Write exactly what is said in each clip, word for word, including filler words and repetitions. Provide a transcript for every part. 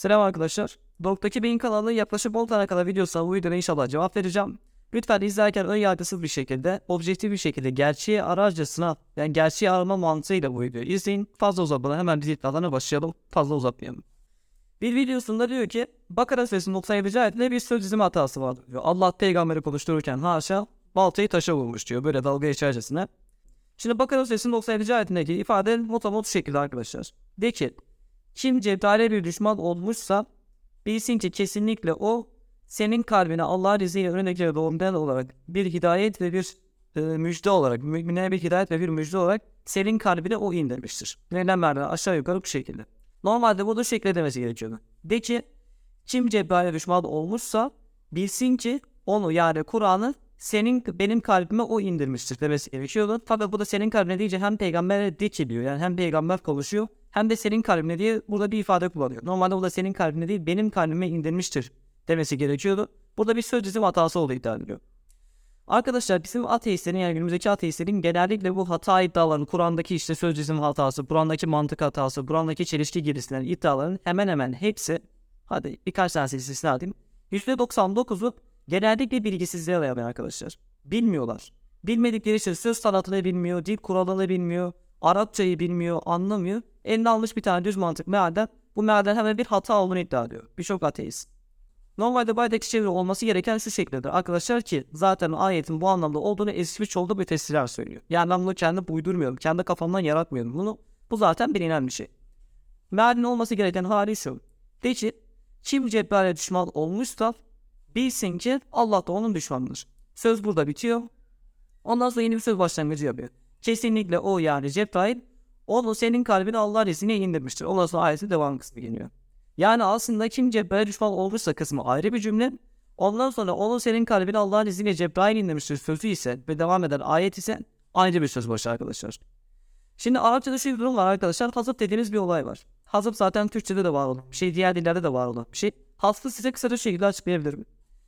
Selam arkadaşlar. Doruk'taki Beyin kanalının yaklaşık on tane kadar videosuna bu videoda inşallah cevap vereceğim. Lütfen izlerken ön yargısız bir şekilde, objektif bir şekilde gerçeği ararcasına, yani gerçeği arama mantığıyla bu videoyu izleyin. Fazla uzatmadan hemen biz iddialarına başlayalım. Fazla uzatmayalım. Bir videosunda diyor ki Bakara Suresi doksan yedinci ayetinde bir söz dizimi hatası vardır diyor. Allah peygamberi konuştururken haşa baltayı taşa vurmuş diyor. Böyle dalga geçercesine. Şimdi Bakara Suresi doksan yedinci ayetindeki ifade motomot şu şekilde arkadaşlar. De ki kim Cebrail'e bir düşman olmuşsa bilsin ki kesinlikle o senin kalbine Allah'ın izniyle önündeki doğumdan olarak bir hidayet ve bir e, müjde olarak, mümine bir hidayet ve bir müjde olarak senin kalbine o indirmiştir. Verilen merdiven aşağı yukarı bu şekilde. Normalde bu da şekilde demesi gerekiyor. De ki kim Cebrail'e düşman olmuşsa bilsin ki onu, yani Kur'an'ı senin benim kalbime o indirmiştir demesi gerekiyordu. Fakat bu da senin kalbine deyince hem peygambere de ki diyor. Yani hem peygamber konuşuyor hem de senin kalbine diye burada bir ifade kullanıyor. Normalde bu da senin kalbine değil benim kalbime indirmiştir demesi gerekiyordu. Burada bir söz dizim hatası olduğu iddia ediliyor. Arkadaşlar bizim ateistlerin, yani günümüzdeki ateistlerin genellikle bu hata iddialarını, Kur'an'daki işte söz dizim hatası, Kur'an'daki mantık hatası, Kur'an'daki çelişki gibisinden iddiaların hemen hemen hepsi, hadi birkaç tane istisna diyeyim, yüzde doksan dokuzu genellikle bilgisizliğe dayanıyor arkadaşlar. Bilmiyorlar. Bilmedikleri için söz sanatını bilmiyor, dil kuralını bilmiyor, Arapçayı bilmiyor, anlamıyor. Eline almış bir tane düz mantık mealden, bu mealden hemen bir hata olduğunu iddia ediyor birçok ateist. Normalde bu ayetteki çeviri olması gereken şu şekildedir arkadaşlar ki zaten ayetin bu anlamda olduğunu eski çoğulda bir tefsirler söylüyor. Yani ben bunu kendim uydurmuyorum, kendi kafamdan yaratmıyorum bunu. Bu zaten bilinen bir şey. Mealin olması gereken hali şu. De ki kim Cebrail'e düşman olmuşsa bilsin ki Allah da onun düşmanıdır. Söz burada bitiyor. Ondan sonra yeni bir söz başlangıcı yapıyor. Kesinlikle o, yani Cebrail onu senin kalbine Allah'ın izniyle indirmiştir. Ondan sonra ayetin devam kısmı geliyor. Yani aslında kim Cebrail'e düşman olmuşsa kısmı ayrı bir cümle. Ondan sonra onu senin kalbine Allah'ın izniyle Cebrail indirmiştir sözü ise ve devam eden ayet ise ayrı bir söz başı arkadaşlar. Şimdi Arapçada şu bir durum var arkadaşlar. Hazıf dediğimiz bir olay var. Hazıf zaten Türkçe'de de var olan bir şey. Diğer dillerde de var olan bir şey. Hazfı size kısaca şekilde açıklayabilirim.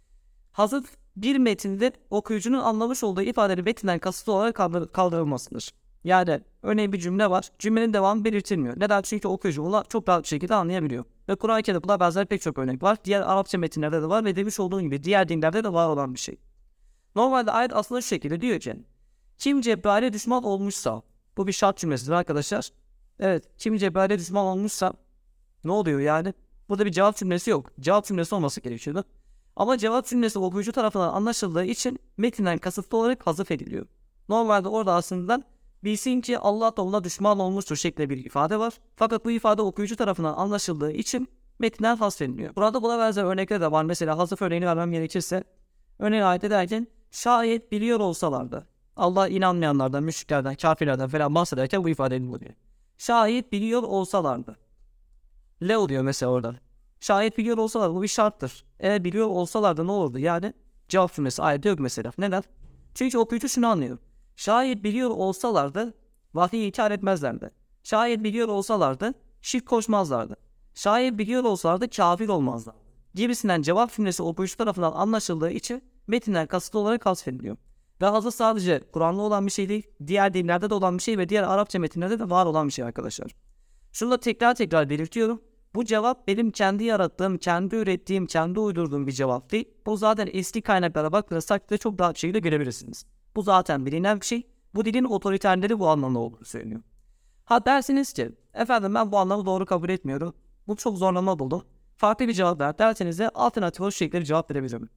Hazıf bir metinde okuyucunun anlamış olduğu ifadeleri metinden kasıtlı olarak kaldır- kaldırılmasıdır. Yani örneğin bir cümle var. Cümlenin devamı belirtilmiyor. Neden? Çünkü okuyucu onu çok rahat bir şekilde anlayabiliyor. Ve Kur'an-ı Kerim'de buna benzer pek çok örnek var. Diğer Arapça metinlerde de var ve demiş olduğum gibi diğer dinlerde de var olan bir şey. Normalde ayet aslında şu şekilde diyor ki kim Cebrail'e düşman olmuşsa, bu bir şart cümlesidir arkadaşlar. Evet, kim Cebrail'e düşman olmuşsa ne oluyor yani? Burada bir cevap cümlesi yok. Cevap cümlesi olması gerekiyordu. Ama cevap cümlesi okuyucu tarafından anlaşıldığı için metinden kasıtlı olarak hazıf ediliyor. Normalde orada aslında bilsin ki Allah da ona düşman olmuştur şeklinde bir ifade var. Fakat bu ifade okuyucu tarafından anlaşıldığı için metinden hasfediliyor. Burada buna benzer örnekler de var. Mesela hazıf örneğini vermem gerekirse, örneğin ayette derken şayet biliyor olsalardı. Allah inanmayanlardan, müşriklerden, kafirlerden falan bahsederken bu ifade ediliyor. Şayet biliyor olsalardı. Le oluyor mesela oradan. Şayet biliyor olsalardı bu bir şarttır. Eğer biliyor olsalardı ne olurdu? Yani cevap cümlesi ayette yok mesela. Neden? Çünkü okuyucu şunu anlıyor. Şayet biliyor olsalardı vahyi inkar etmezlerdi. Şayet biliyor olsalardı şirk koşmazlardı. Şayet biliyor olsalardı kafir olmazlardı. Gibisinden cevap cümlesi okuyucu tarafından anlaşıldığı için metinden kasıtlı olarak hasfediliyor. Ve hazır sadece Kur'an'da olan bir şey değil, diğer dinlerde de olan bir şey ve diğer Arapça metinlerde de var olan bir şey arkadaşlar. Şunu da tekrar tekrar belirtiyorum. Bu cevap benim kendi yarattığım, kendi ürettiğim, kendi uydurduğum bir cevap değil. Bu zaten eski kaynaklara bakarsak da çok daha bir şekilde görebilirsiniz. Bu zaten bilinen bir şey. Bu dilin otoriterleri bu anlamda olduğunu söylüyor. Ha dersiniz ki, efendim ben bu anlamı doğru kabul etmiyorum. Bu çok zorlama buldum. Farklı bir cevap ver derseniz de alternatif o şekilde cevap verebilirim.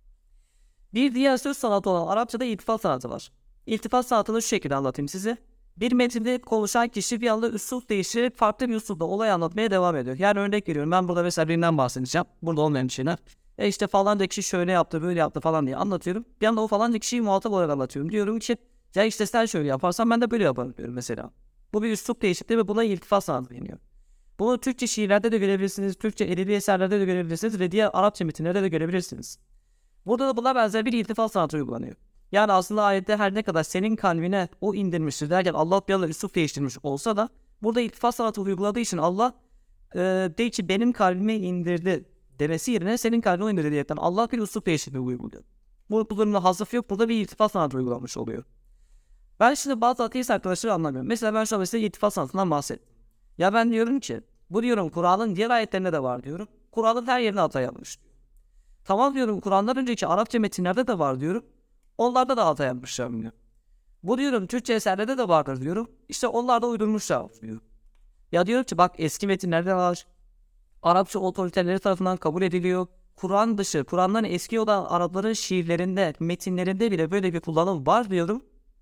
Bir diğer söz sanatı olan Arapçada iltifat sanatı var. İltifat sanatını şu şekilde anlatayım size. Bir metinde konuşan kişi bir anda üslup değiştirip farklı bir üslupla olay anlatmaya devam ediyor. Yani örnek veriyorum, ben burada mesela birinden bahsedeceğim. Burada olmayan şeyler. E işte falanca kişi şöyle yaptı, böyle yaptı falan diye anlatıyorum. Bir anda o falanca kişiyi muhatap olarak anlatıyorum. Diyorum ki ya işte sen şöyle yaparsan ben de böyle yaparım diyorum mesela. Bu bir üslup değişikliği ve buna iltifat sanatı deniyor. Bunu Türkçe şiirlerde de görebilirsiniz, Türkçe edebi eserlerde de görebilirsiniz ve diğer Arapça metinlerde de görebilirsiniz. Burada da buna benzer bir iltifat sanatı uygulanıyor. Yani aslında ayette her ne kadar senin kalbine o indirmiştir derken Allah bir anda üslup değiştirmiş olsa da burada iltifat sanatı uyguladığı için Allah e, de ki benim kalbime indirdi demesi yerine senin kalbine indirdi diyerekten Allah bir üslup değiştirmeyi uyguluyor. Bu, bu durumda hazıf yok, burada bir iltifat sanatı uygulanmış oluyor. Ben şimdi bazı ateist arkadaşları anlamıyorum. Mesela ben şu an mesela iltifat sanatından bahsettim. Ya ben diyorum ki bu diyorum Kur'an'ın diğer ayetlerinde de var diyorum. Kur'an'ın her yerine hata yapmış. Tamam diyorum, Kur'an'dan önceki Arapça metinlerde de var diyorum. Onlarda da hata yapmışlar diyor. Bu diyorum Türkçe eserlerde de vardır diyorum. İşte onlar da uydurmuşlar diyor. Ya diyorum ki bak, eski metinlerde var. Arapça otoriterleri tarafından kabul ediliyor. Kur'an dışı, Kur'an'dan eski olan Arapların şiirlerinde, metinlerinde bile böyle bir kullanım var diyorum.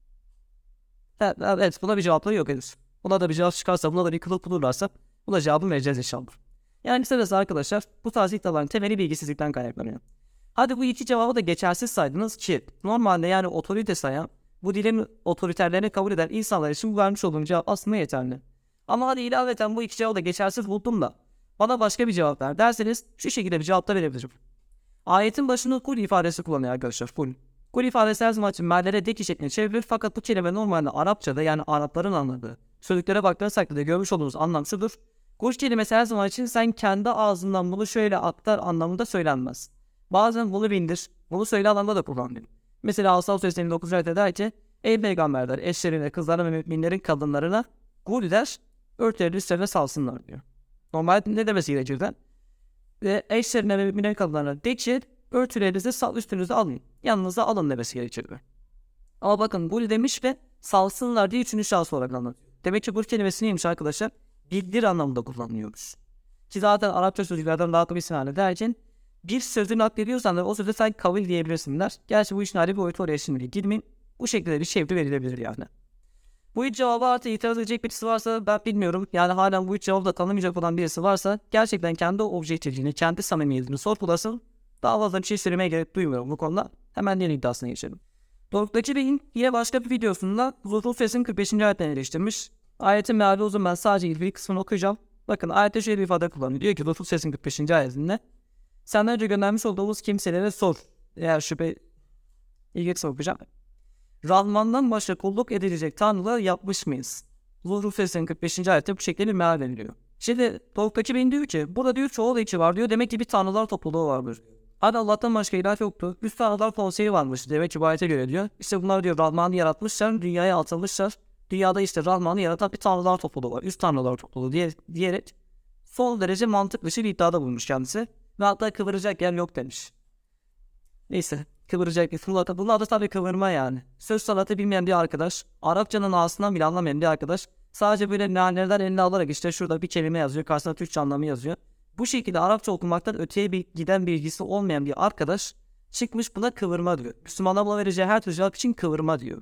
Evet, evet, buna bir cevapları yok henüz. Buna da bir cevap çıkarsa, buna da bir kılıf bulurlarsa buna cevabı vereceğiz inşallah. Yani kısacası arkadaşlar, bu tarz iddiaların temeli bilgisizlikten kaynaklanıyor. Hadi bu iki cevabı da geçersiz saydınız ki normalde yani otorite sayan, bu dilin otoriterlerini kabul eden insanlar için bu vermiş olduğum cevap aslında yeterli. Ama hadi ilaveten bu iki cevabı da geçersiz buldum da bana başka bir cevap ver derseniz şu şekilde bir cevap da verebilirim. Ayetin başında kul ifadesi kullanıyor arkadaşlar, kul. Kul ifadesi her zaman için meallere deki şeklinde çevrilir, fakat bu kelime normalde Arapçada, yani Arapların anladığı sözlüklere baktığınız takdirde görmüş olduğunuz anlam şudur. Kul kelimesi her zaman için sen kendi ağzından bunu şöyle aktar anlamında söylenmez. Bazen bunu bindir, bunu söyle anlamda da kullanılır. Mesela Asal Suresi'nin dokuzuncu ayette der ki, ey peygamberler eşlerine, kızlarına ve müminlerin kadınlarına kul der, örtülerini üstlerine salsınlar diyor. Normalde ne demesi gerekirden? Ve eşlerine ve müminlerin kadınlarına de ki, örtülerinizi sal, üstünüze alın, yanınıza alın demesi gerekirdi. Ama bakın kul demiş ve salsınlar diye üçüncü şahıs olarak anlatıyor. Demek ki bu kelimesi neymiş arkadaşlar? Bildir anlamında kullanılıyormuş. Ki zaten Arapça sözcüklerden daha kısa bir sahne derken bir sözü naklediyorsan da o sözü sen kabul diyebilirsin der. Gerçi bu işin hali bir boyutu, oraya şimdi girmeyeyim. Bu şekilde bir çeviri verilebilir yani. Bu üç cevaba artık itiraz edecek birisi varsa ben bilmiyorum. Yani halen bu üç cevabı da tanımayacak olan birisi varsa gerçekten kendi objektifliğini, kendi samimiyetini sorgulasın. Daha fazla bir şey söylemeye gerek duymuyorum bu konuda. Hemen diğer iddiasına geçelim. Doruk'taki Bey'in yine başka bir videosunda Zuhruf Suresinin kırk beşinci ayetten eleştirmiş. Ayetin meali uzun, ben sadece ilgili kısmını okuyacağım. Bakın ayette şöyle bir ifade kullanıyor. Diyor ki Zuhruf Suresinin kırk beşinci ayetinde senden önce göndermiş olduğumuz kimselere sor. Eğer şüphe ilgili kısmı okuyacağım. Rahman'dan başka kulluk edilecek tanrılar yapmış mıyız? Zuhruf Suresinin kırk beşinci ayette bu şekilde bir meal veriliyor. Şimdi Doruk'taki Bey'in diyor ki burada diyor çoğul içi var diyor. Demek ki bir tanrılar topluluğu vardır. Hadi Allah'tan başka ilah yoktu. Üst tanrılar konseyi varmış demek ki bu ayete göre diyor. İşte bunlar diyor Rahman'ı yaratmışlar, dünyaya atılmışlar. Dünyada işte Rahman'ı yaratan bir tanrılar topluluğu var. Üst tanrılar topluluğu diye, diyerek son derece mantık dışı bir iddiada bulmuş kendisi. Ve hatta kıvıracak yer yok demiş. Neyse, kıvıracak yer. Bunlar da tabii kıvırma yani. Söz sanatı bilmeyen bir arkadaş, Arapçanın ağasından bile anlamayan bir arkadaş sadece böyle meallerden eline alarak işte şurada bir kelime yazıyor, karşısına Türkçe anlamı yazıyor. Bu şekilde Arapça okumaktan öteye bir giden bilgisi olmayan bir arkadaş çıkmış buna kıvırma diyor. Müslümanlar buna vereceği her tür cevap için kıvırma diyor.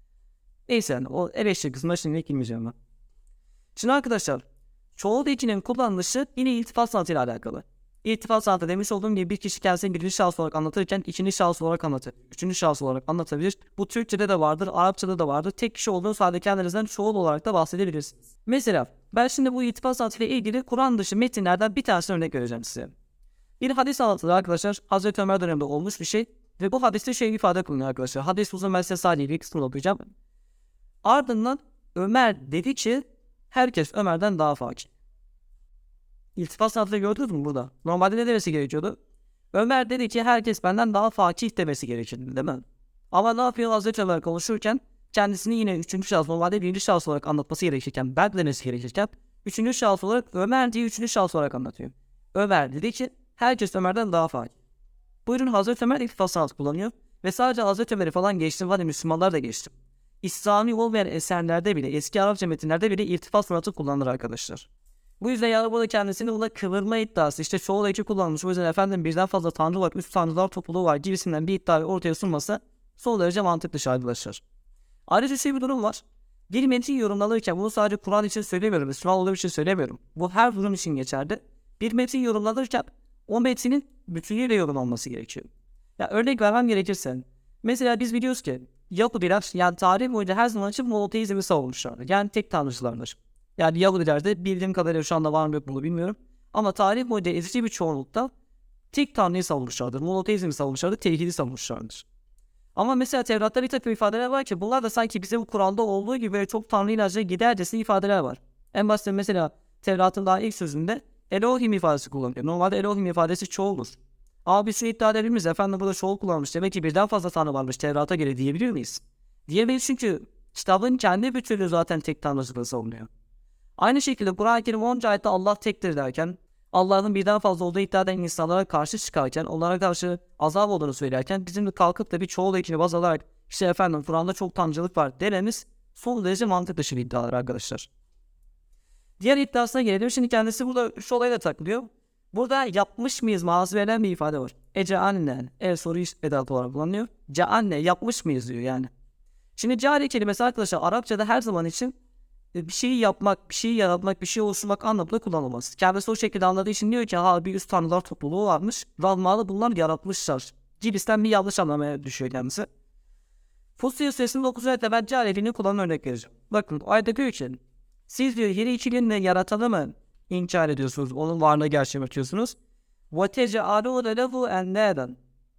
Neyse yani o eleştiri kısmına şimdi girmeyeceğim ben. Şimdi arkadaşlar, çoğul içinin kullanılışı yine iltifat sanatıyla alakalı. İltifat sanatı demiş olduğum gibi bir kişi kendisini birinci şahıs olarak anlatırken ikinci şahıs olarak anlatır. Üçüncü şahıs olarak anlatabilir. Bu Türkçe'de de vardır, Arapça'da da vardır. Tek kişi olduğunuz halde kendinizden çoğul olarak da bahsedebilirsiniz. Mesela ben şimdi bu iltifat sanatıyla ilgili Kur'an dışı metinlerden bir tanesini örnek vereceğim size. Bir hadis anlatılır arkadaşlar. Hazreti Ömer döneminde olmuş bir şey. Ve bu hadiste şey ifade kılınıyor arkadaşlar. Hadis uzun, ben size sadece bir kısmını okuyacağım. Ardından Ömer dedi ki herkes Ömer'den daha fakir. İltifat sanatını gördünüz mü burada? Normalde ne demesi gerekiyordu? Ömer dedi ki herkes benden daha fakih demesi gerekirdi değil mi? Ama ne yapıyor Hazreti Ömer konuşurken kendisini yine üçüncü şahıs, normalde birinci şahıs olarak anlatması gerekirken, ben demesi gerekirken üçüncü şahıs olarak Ömer diye üçüncü şahıs olarak anlatıyor. Ömer dedi ki herkes Ömer'den daha fakih. Buyurun, Hazreti Ömer iltifat sanatı kullanıyor ve sadece Hazreti Ömer'i falan geçtim, hadi Müslümanlar da geçtim. İslami olmayan eserlerde bile, eski Arapça metinlerde bile iltifat sanatı kullanılır arkadaşlar. Bu yüzden yani burada kendisini buna kıvırma iddiası, işte çoğul eki kullanmış, o yüzden efendim birden fazla tanrı var, üst tanrılar topluluğu var gibisinden bir iddia ortaya sunması son derece mantık dışı arkadaşlar. Ayrıca şey bir durum var. Bir metin yorumlanırken bunu sadece Kur'an için söylemiyorum, Müslüman olduğum için söylemiyorum. Bu her durum için geçerli. Bir metin yorumlanırken o metinin bütünüyle yorumlanması gerekiyor. Ya örnek vermem gerekirse, mesela biz biliyoruz ki Yahudiler yani tarih boyunca her zaman için monoteizmi savunmuşlardır. Yani tek tanrıcılardır. Yani Yahudiler de bildiğim kadarıyla şu anda var mı yok mu bilmiyorum. Ama tarih boyunca ezici bir çoğunlukta tek tanrıyı savunmuşlardır. Monoteizmi savunmuşlardır, tevhidi savunmuşlardır. Ama mesela Tevrat'ta bir takım ifadeler var ki bunlar da sanki bizim Kur'an'da olduğu gibi böyle çok tanrı ilacına gidercesine ifadeler var. En basit mesela Tevrat'ın daha ilk sözünde Elohim ifadesi kullanılıyor. Normalde Elohim ifadesi çoğuldur. Ama biz şu iddia edebiliriz, efendim burada çoğul kullanmış, demek ki birden fazla tanrı varmış Tevrat'a göre diyebilir miyiz? Diyemeyiz, çünkü kitabın kendi bütünlüğü zaten tek tanrıcılığı savunuyor. Aynı şekilde Kur'an-ı Kerim onuncu ayette Allah tektir derken Allah'ın birden fazla olduğu iddia eden insanlara karşı çıkarken, onlara karşı azap olduğunu söylerken bizim de kalkıp da bir çoğul ekini baz alarak işte efendim Kur'an'da çok tanrıcılık var dememiz son derece mantık dışı bir iddialar arkadaşlar. Diğer iddiasına gelelim. Şimdi kendisi burada şu olayla takılıyor. Burada yapmış mıyız mağazı verilen bir ifade var. Ece anne, el soru edatı olarak kullanılıyor. Ceanne yapmış mıyız diyor yani. Şimdi cari kelimesi arkadaşlar Arapçada her zaman için bir şeyi yapmak, bir şeyi yaratmak, bir şey oluşturmak anlamında kullanılmaz. Kendisi o şekilde anladığı için diyor ki ha bir üst tanrılar topluluğu varmış. Rahman'ı bunlar yaratmışlar. Gibisinden bir yanlış anlamaya düşüyor kendisi. Fussilet suresinin dokuzuncu ayette ben cariliğini kullanan örnek vereceğim. Bakın o ayette diyor ki siz diyor yeri içiliğinle yaratanı mı inkar ediyorsunuz? Onun varlığını gerçekleştiriyorsunuz. وَتَجَعَلُونَ لَهُ اَنَّادًا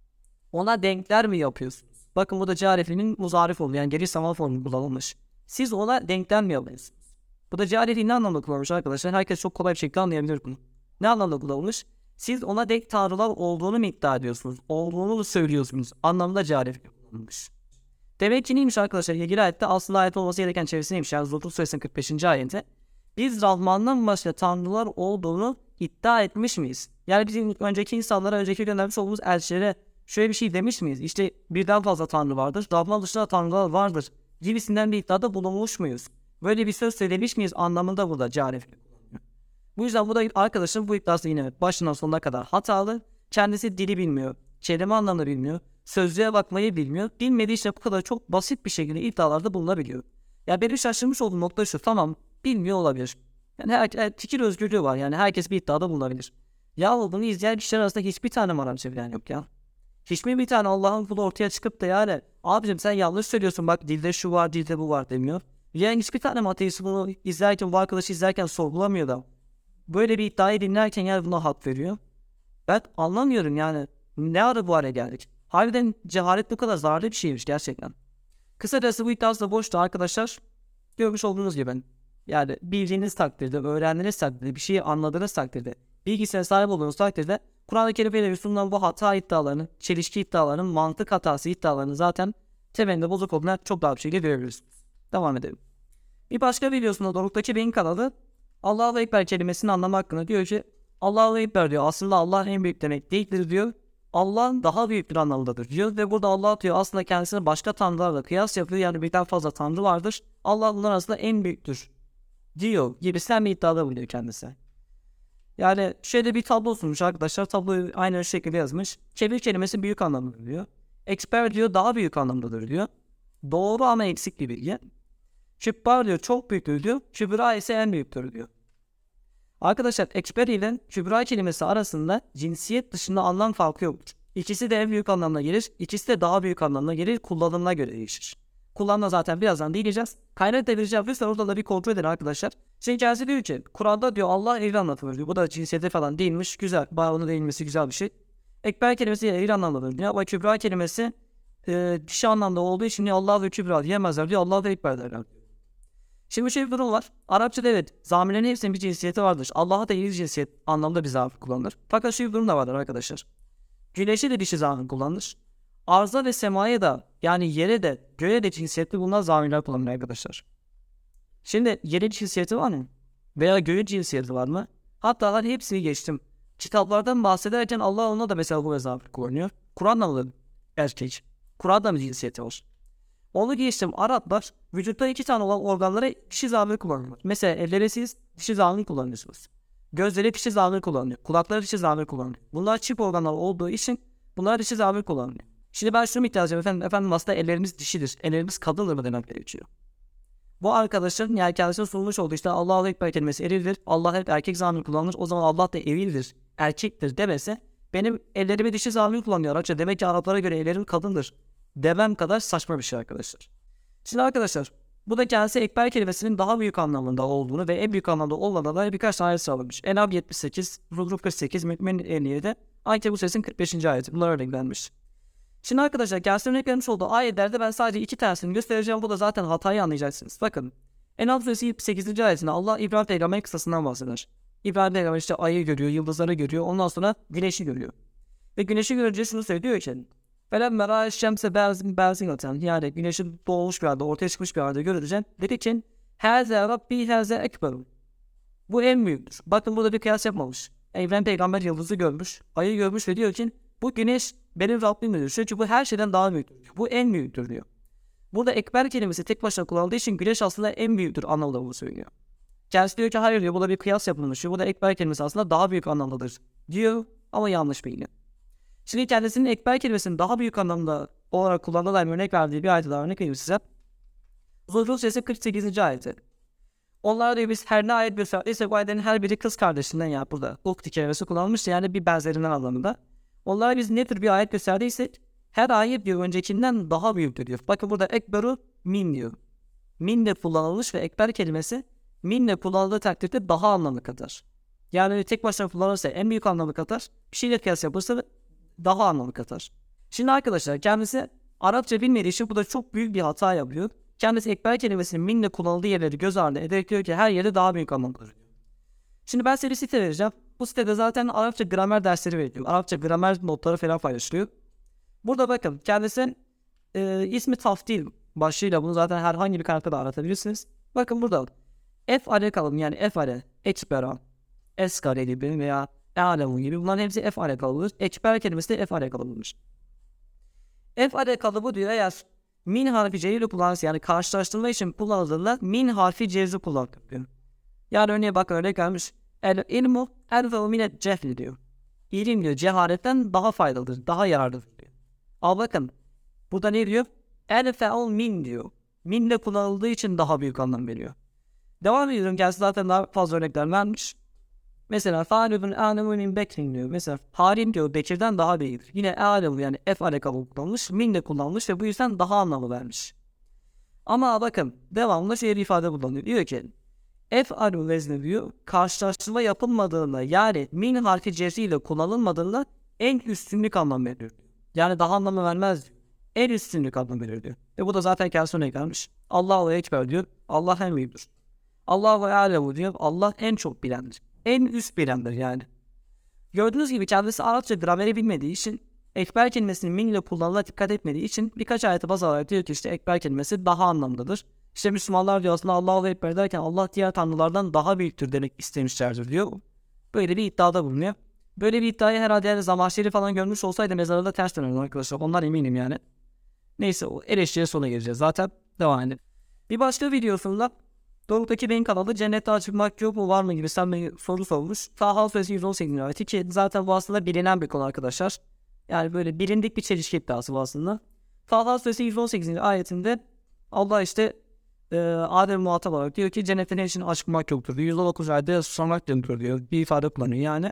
Ona denkler mi yapıyorsunuz? Bakın bu da carifinin muzarif oldu. Yani geri zaman formu kullanılmış. Siz ona denkler mi yapıyorsunuz? Bu da carifliği ne anlamda kullanılmış arkadaşlar? Herkes çok kolay bir şekilde anlayabilir bunu. Ne anlamda kullanılmış? Siz ona denk tanrılar olduğunu mu iddia ediyorsunuz? Olduğunu mu söylüyorsunuz? Anlamda cariflik kullanılmış. Demek ki neymiş arkadaşlar? İlgili ayette aslında ayet olması gereken çevirisi neymiş? Yani Zuhruf suresinin kırk beşinci ayette. Biz Rahman'dan başka tanrılar olduğunu iddia etmiş miyiz? Yani bizim önceki insanlara, önceki göndermiş olduğumuz elçilere şöyle bir şey demiş miyiz? İşte birden fazla tanrı vardır. Rahman dışında tanrılar vardır. Gibisinden bir iddiada bulunmuş muyuz? Böyle bir söz söylemiş miyiz anlamında burada cariflik kullanılıyor. Bu yüzden bu da arkadaşın bu iddiası yine başından sonuna kadar hatalı. Kendisi dili bilmiyor. Kelime anlamını bilmiyor. Sözlüğe bakmayı bilmiyor. Bilmediği işte bu kadar çok basit bir şekilde iddialarda bulunabiliyor. Ya benim şaşırmış olduğum nokta şu. Tamam bilmiyor olabilir. Yani her, her, fikir özgürlüğü var. Yani herkes bir iddiada bulunabilir. Ya bunu izleyen kişiler arasında hiçbir tane Arapça bilen yok ya. Hiçbir bir tane Allah'ın kulu ortaya çıkıp da yani abicim sen yanlış söylüyorsun bak dilde şu var dilde bu var demiyor. Yani hiçbir tane ateist bunu izlerken bu arkadaşı izlerken sorgulamıyor da. Böyle bir iddiayı dinlerken yani buna hak veriyor. Ben anlamıyorum yani. Ne ara bu hale geldik? Harbiden cehalet bu kadar zararlı bir şeymiş gerçekten. Kısacası bu iddiası da boştu arkadaşlar. Görmüş olduğunuz gibi. Yani bildiğiniz takdirde, öğrendiğiniz takdirde, bir şeyi anladığınız takdirde, bilgisine sahip olduğunuz takdirde Kur'an-ı Kerim'e sunulan bu hata iddialarını, çelişki iddialarının, mantık hatası iddialarını zaten temelinde bozuk olduğuna çok daha bir şekilde görebilirsiniz. Devam edelim. Bir başka videosunda Doruk'taki Beyin kanalı Allahu Ekber kelimesinin anlamı hakkında diyor ki Allahu Ekber diyor aslında Allah en büyük demek değildir diyor. Allah daha büyük bir anlamdadır diyor ve burada Allah diyor aslında kendisine başka tanrılarla kıyas yapıyor yani birden fazla tanrı vardır. Allah bunlar arasında en büyüktür diyor gibisinden bir iddiada bulunuyor kendisi. Yani şöyle bir tablo sunmuş arkadaşlar. Tabloyu aynı şekilde yazmış. Kebir kelimesi büyük anlamdadır diyor. Eksper diyor daha büyük anlamdadır diyor. Doğru ama eksik bir bilgi. Kübbar diyor çok büyüktür diyor. Kübra ise en büyüktür diyor. Arkadaşlar eksper ile kübra kelimesi arasında cinsiyet dışında anlam farkı yoktur. İkisi de en büyük anlamına gelir. İkisi de daha büyük anlamına gelir. Kullanımına göre değişir. Kullanımda zaten birazdan değineceğiz. Kaynak devireceğim. Lütfen orada da bir kontrol edin arkadaşlar. Şimdi kendisi diyor ki Kur'an'da diyor Allah evli anlatılır diyor. Bu da cinsiyeti falan değilmiş. Güzel. Bayağı onu değinmesi güzel bir şey. Ekber kelimesi evli anlamdadır diyor. Ama kübra kelimesi e, dişi anlamda olduğu için Allah ve kübra diyemezler diyor. Allah ve ekber derler. Şimdi şöyle bir durum var. Arapçada evet zamirlerin hepsinin bir cinsiyeti vardır. Allah'a da yedi cinsiyet anlamda bir zamir kullanılır. Fakat şöyle bir durum da vardır arkadaşlar. Güneşe de dişi zamir kullanılır. Arza ve semaya da yani yere de göğe de cinsiyetli bulunan zamirler kullanılır arkadaşlar. Şimdi yerin cinsiyeti var mı? Veya göğün cinsiyeti var mı? Hatta ben hepsini geçtim. Kitaplardan bahsederken Allah ona da mesela bu zamir kullanıyor. Kur'an'da mı erkek? Kur'an'da mı cinsiyeti var? Onu geçtim. Araplar vücutta iki tane olan organlara dişi zamir kullanıyor. Mesela elleri siz dişi zamir kullanıyorsunuz. Gözleri dişi zamir kullanıyor. Kulakları dişi zamir kullanıyor. Bunlar çift organlar olduğu için bunlar dişi zamir kullanıyor. Şimdi ben şunu iddia edeceğim efendim. Efendim aslında ellerimiz dişidir. Ellerimiz kadındır mı demek gerekiyor. Bu arkadaşların yani kendisine sunulmuş olduğu işte Allahu Ekber kelimesi erildir. Allah hep erkek zamir kullanır. O zaman Allah da evildir. Erkektir demese benim ellerimi dişi zamir kullanıyor Arapça. Demek ki Araplara göre ellerim kadındır. Demem kadar saçma bir şey arkadaşlar. Şimdi arkadaşlar bu da kendisi ekber kelimesinin daha büyük anlamında olduğunu ve en büyük anlamda olmadığına dair birkaç tane ayet sağlamış. En'am yetmiş sekiz, Zuhruf kırk sekiz, Mü'min elli yedi, Ankebut suresinin kırk beşinci ayeti. Bunlar örneklenmiş. Şimdi arkadaşlar kendisinin örneklenmiş olduğu ayetlerde ben sadece iki tanesini göstereceğim. Bu da zaten hatayı anlayacaksınız. Bakın En'am suresi yetmiş sekizinci ayetinde Allah İbrahim Peygamber'in kıssasından bahseder. İbrahim Peygamber işte ayı görüyor, yıldızları görüyor, ondan sonra güneşi görüyor. Ve güneşi görünce şunu söylüyor ki Falan mera şemse benzin benzin atan yani güneşin doğmuş bir halde ortaya çıkmış bir halde görüleceğim. Dedi ki Haze Rabbi haze ekberum. Bu en büyüktür. Bakın burada bir kıyas yapmamış. Evren peygamber yıldızı görmüş. Ayı görmüş ve diyor ki bu güneş benim Rabbim diyor. Çünkü bu her şeyden daha büyüktür diyor. Bu en büyüktür diyor. Burada ekber kelimesi tek başına kullanıldığı için güneş aslında en büyüktür anlamda bunu söylüyor. Kendisi diyor ki hayır diyor, burada bir kıyas yapılmış diyor. Bu da ekber kelimesi aslında daha büyük anlamdadır diyor ama yanlış bilgi. Şimdi kendisinin ekber kelimesinin daha büyük anlamda olarak kullanılan örnek verdiği bir ayeti daha örnek vereyim size. Zuhruf Suresi kırk sekizinci ayeti. Onlar diyor biz her ne ayet gösterdiyse bu ayetlerin her biri kız kardeşinden ya burada. Ukti kelimesi kullanılmış yani bir benzerinden anlamında. Onlar biz ne tür bir ayet gösterdiysek her ayet diyor öncekinden daha büyüktür diyor. Bakın burada ekberu min diyor. Min de kullanılmış ve ekber kelimesi min de kullanıldığı takdirde daha anlamlı katar. Yani tek başına kullanılırsa en büyük anlamı katar. Bir şeyle kıyas yapılırsa daha anlamlı katar. Şimdi arkadaşlar kendisi Arapça bilmediği için bu da çok büyük bir hata yapıyor. Kendisi ekber kelimesinin minle kullanıldığı yerleri göz ardı ederek diyor ki her yerde daha büyük anlamdadır. Şimdi ben size bir site vereceğim. Bu sitede zaten Arapça gramer dersleri veriliyor. Arapça gramer notları falan paylaşılıyor. Burada bakın kendisi e, ismi Taftil başlığıyla bunu zaten herhangi bir kaynakta da aratabilirsiniz. Bakın burada F are kalım yani F are, ekbera, eskare gibi veya e'alemu gibi bunların hepsi F are kalıbıdır. Ekber kelimesi de F are kalıbıdır. F are kalıbı diyor eğer min harfi cezri kullanırsa yani karşılaştırma için kullanıldığında min harfi cezri kullanılır diyor. Yani örneğe bak örnek gelmiş. El ilmu erfe'u minet cehli diyor. İlim diyor cehaletten daha faydalıdır, daha yararlıdır diyor. Ama bakın burada ne diyor? Erfe'u min diyor. Minle kullanıldığı için daha büyük anlam veriyor. Devam ediyorum. Kendisi zaten daha fazla örnekler vermiş. Mesela Halidun a'lemu min Bekrin diyor. Mesela Halid diyor Bekir'den daha büyüktür. Yine a'lemu yani F alakalı kullanılmış. Min de kullanılmış ve bu yüzden daha anlamı vermiş. Ama bakın devamlı şöyle bir ifade kullanıyor. Diyor ki F alu vezni diyor karşılaştırma yapılmadığında yani min harfi cezriyle kullanılmadığında en üstünlük anlam veriyor. Yani daha anlamı vermez diyor. En üstünlük anlam veriyor diyor. Ve bu da zaten kendisi örnek vermiş. Allahu Ekber diyor. Allah en büyüktür. Allahu alemu diyor. Allah en çok bilendir. En üst bilendir yani. Gördüğünüz gibi kendisi Arapça grameri bilmediği için ekber kelimesinin min ile kullanıla dikkat etmediği için birkaç ayete baz alarak diyor ki işte ekber kelimesi daha anlamlıdır. İşte Müslümanlar diyor aslında Allahu Ekber derken Allah diğer tanrılardan daha büyüktür demek istemişlerdir diyor. Böyle bir iddiada bulunuyor. Böyle bir iddiayı herhalde yani Zamahşeri falan görmüş olsaydı mezarında ters dönerdi arkadaşlar. Ondan eminim yani. Neyse o eleştiriye sona geleceğiz zaten. Devam edelim. Bir başka videosunda Doruk'taki benim kanalı cennette açılmak yok mu var mı gibi sen bir soru sormuş. Taha Suresi yüz on sekizinci ayeti ki zaten bu aslında bilinen bir konu arkadaşlar. Yani böyle bilindik bir çelişki iddiası bu aslında. Taha Suresi yüz on sekizinci ayetinde Allah işte e, Adem muhatap olarak diyor ki cennetten her için açılmak yoktur diyor. yüz on dokuz ayette susamak dönüyor diyor. Bir ifade kullanıyor yani.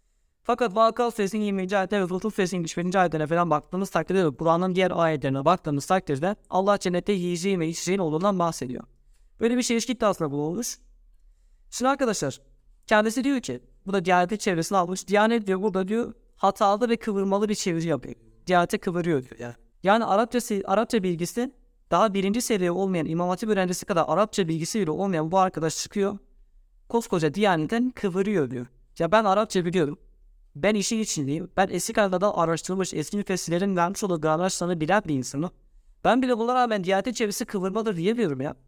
Fakat Vakıa Suresinin yirminci ayette ve Zuhruf Suresinin yetmiş birinci ayetlerine falan baktığımız takdirde ve Kur'an'ın diğer ayetlerine baktığımız takdirde Allah cennette yiyeceğin ve içeceğin olduğundan bahsediyor. Böyle bir çelişki iddiasında bulunmuş. Şimdi arkadaşlar kendisi diyor ki bu da Diyanet'in çevresine almış. Diyanet diyor burada diyor hatalı ve kıvırmalı bir çeviri yapıyor. Diyanet'e kıvırıyor diyor yani. Yani Arapça, Arapça bilgisi daha birinci seviye olmayan İmam Hatip öğrencisi kadar Arapça bilgisi bile olmayan bu arkadaş çıkıyor. Koskoca Diyanet'ten kıvırıyor diyor. Ya ben Arapça biliyorum. Ben işin içindeyim. Ben eski kaynaklardan araştırılmış eski müfessirlerin vermiş olduğu gramer bilen bir insanım. Ben bile buna rağmen Diyanet'in çevirisi kıvırmadır diyemiyorum ya.